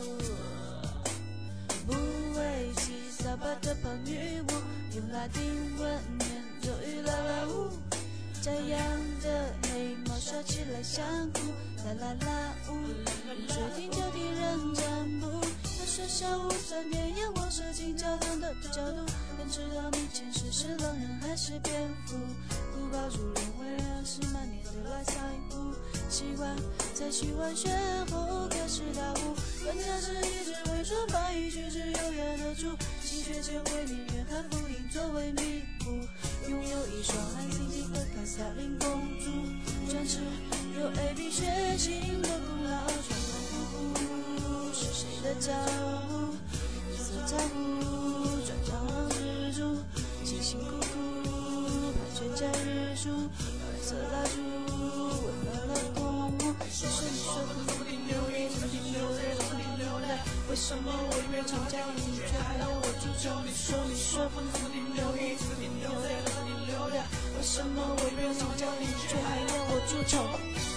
不为其撒把的泡女巫用拉丁文念咒语啦啦呜，太阳的黑毛笑起来像哭啦啦啦呜，用水晶交替人占卜，那是下午三点阳光射进教堂的角度，能知道你前世是狼人还是蝙蝠，古堡主人会亮是满脸的来腮胡，习惯在洗完雪后开始打呼，关键是一直会说法语句子有眼的猪，喜鹊就会宁愿和复印作为弥补，拥有一双蓝晶晶的凯撒琳公主，专吃有 A B 血型的古老鼠，是谁的家务，绿色茶壶转上了蜘蛛，辛辛苦苦盘旋假日出，白色蜡烛温暖了空屋，是谁说怎么停留泪，怎么停留泪，怎么停留泪，为什么我越常叫你却还要我出丑，你说你说怎么停留泪，怎么停留泪，怎么停留泪，为什么我越常叫你却还要我出丑。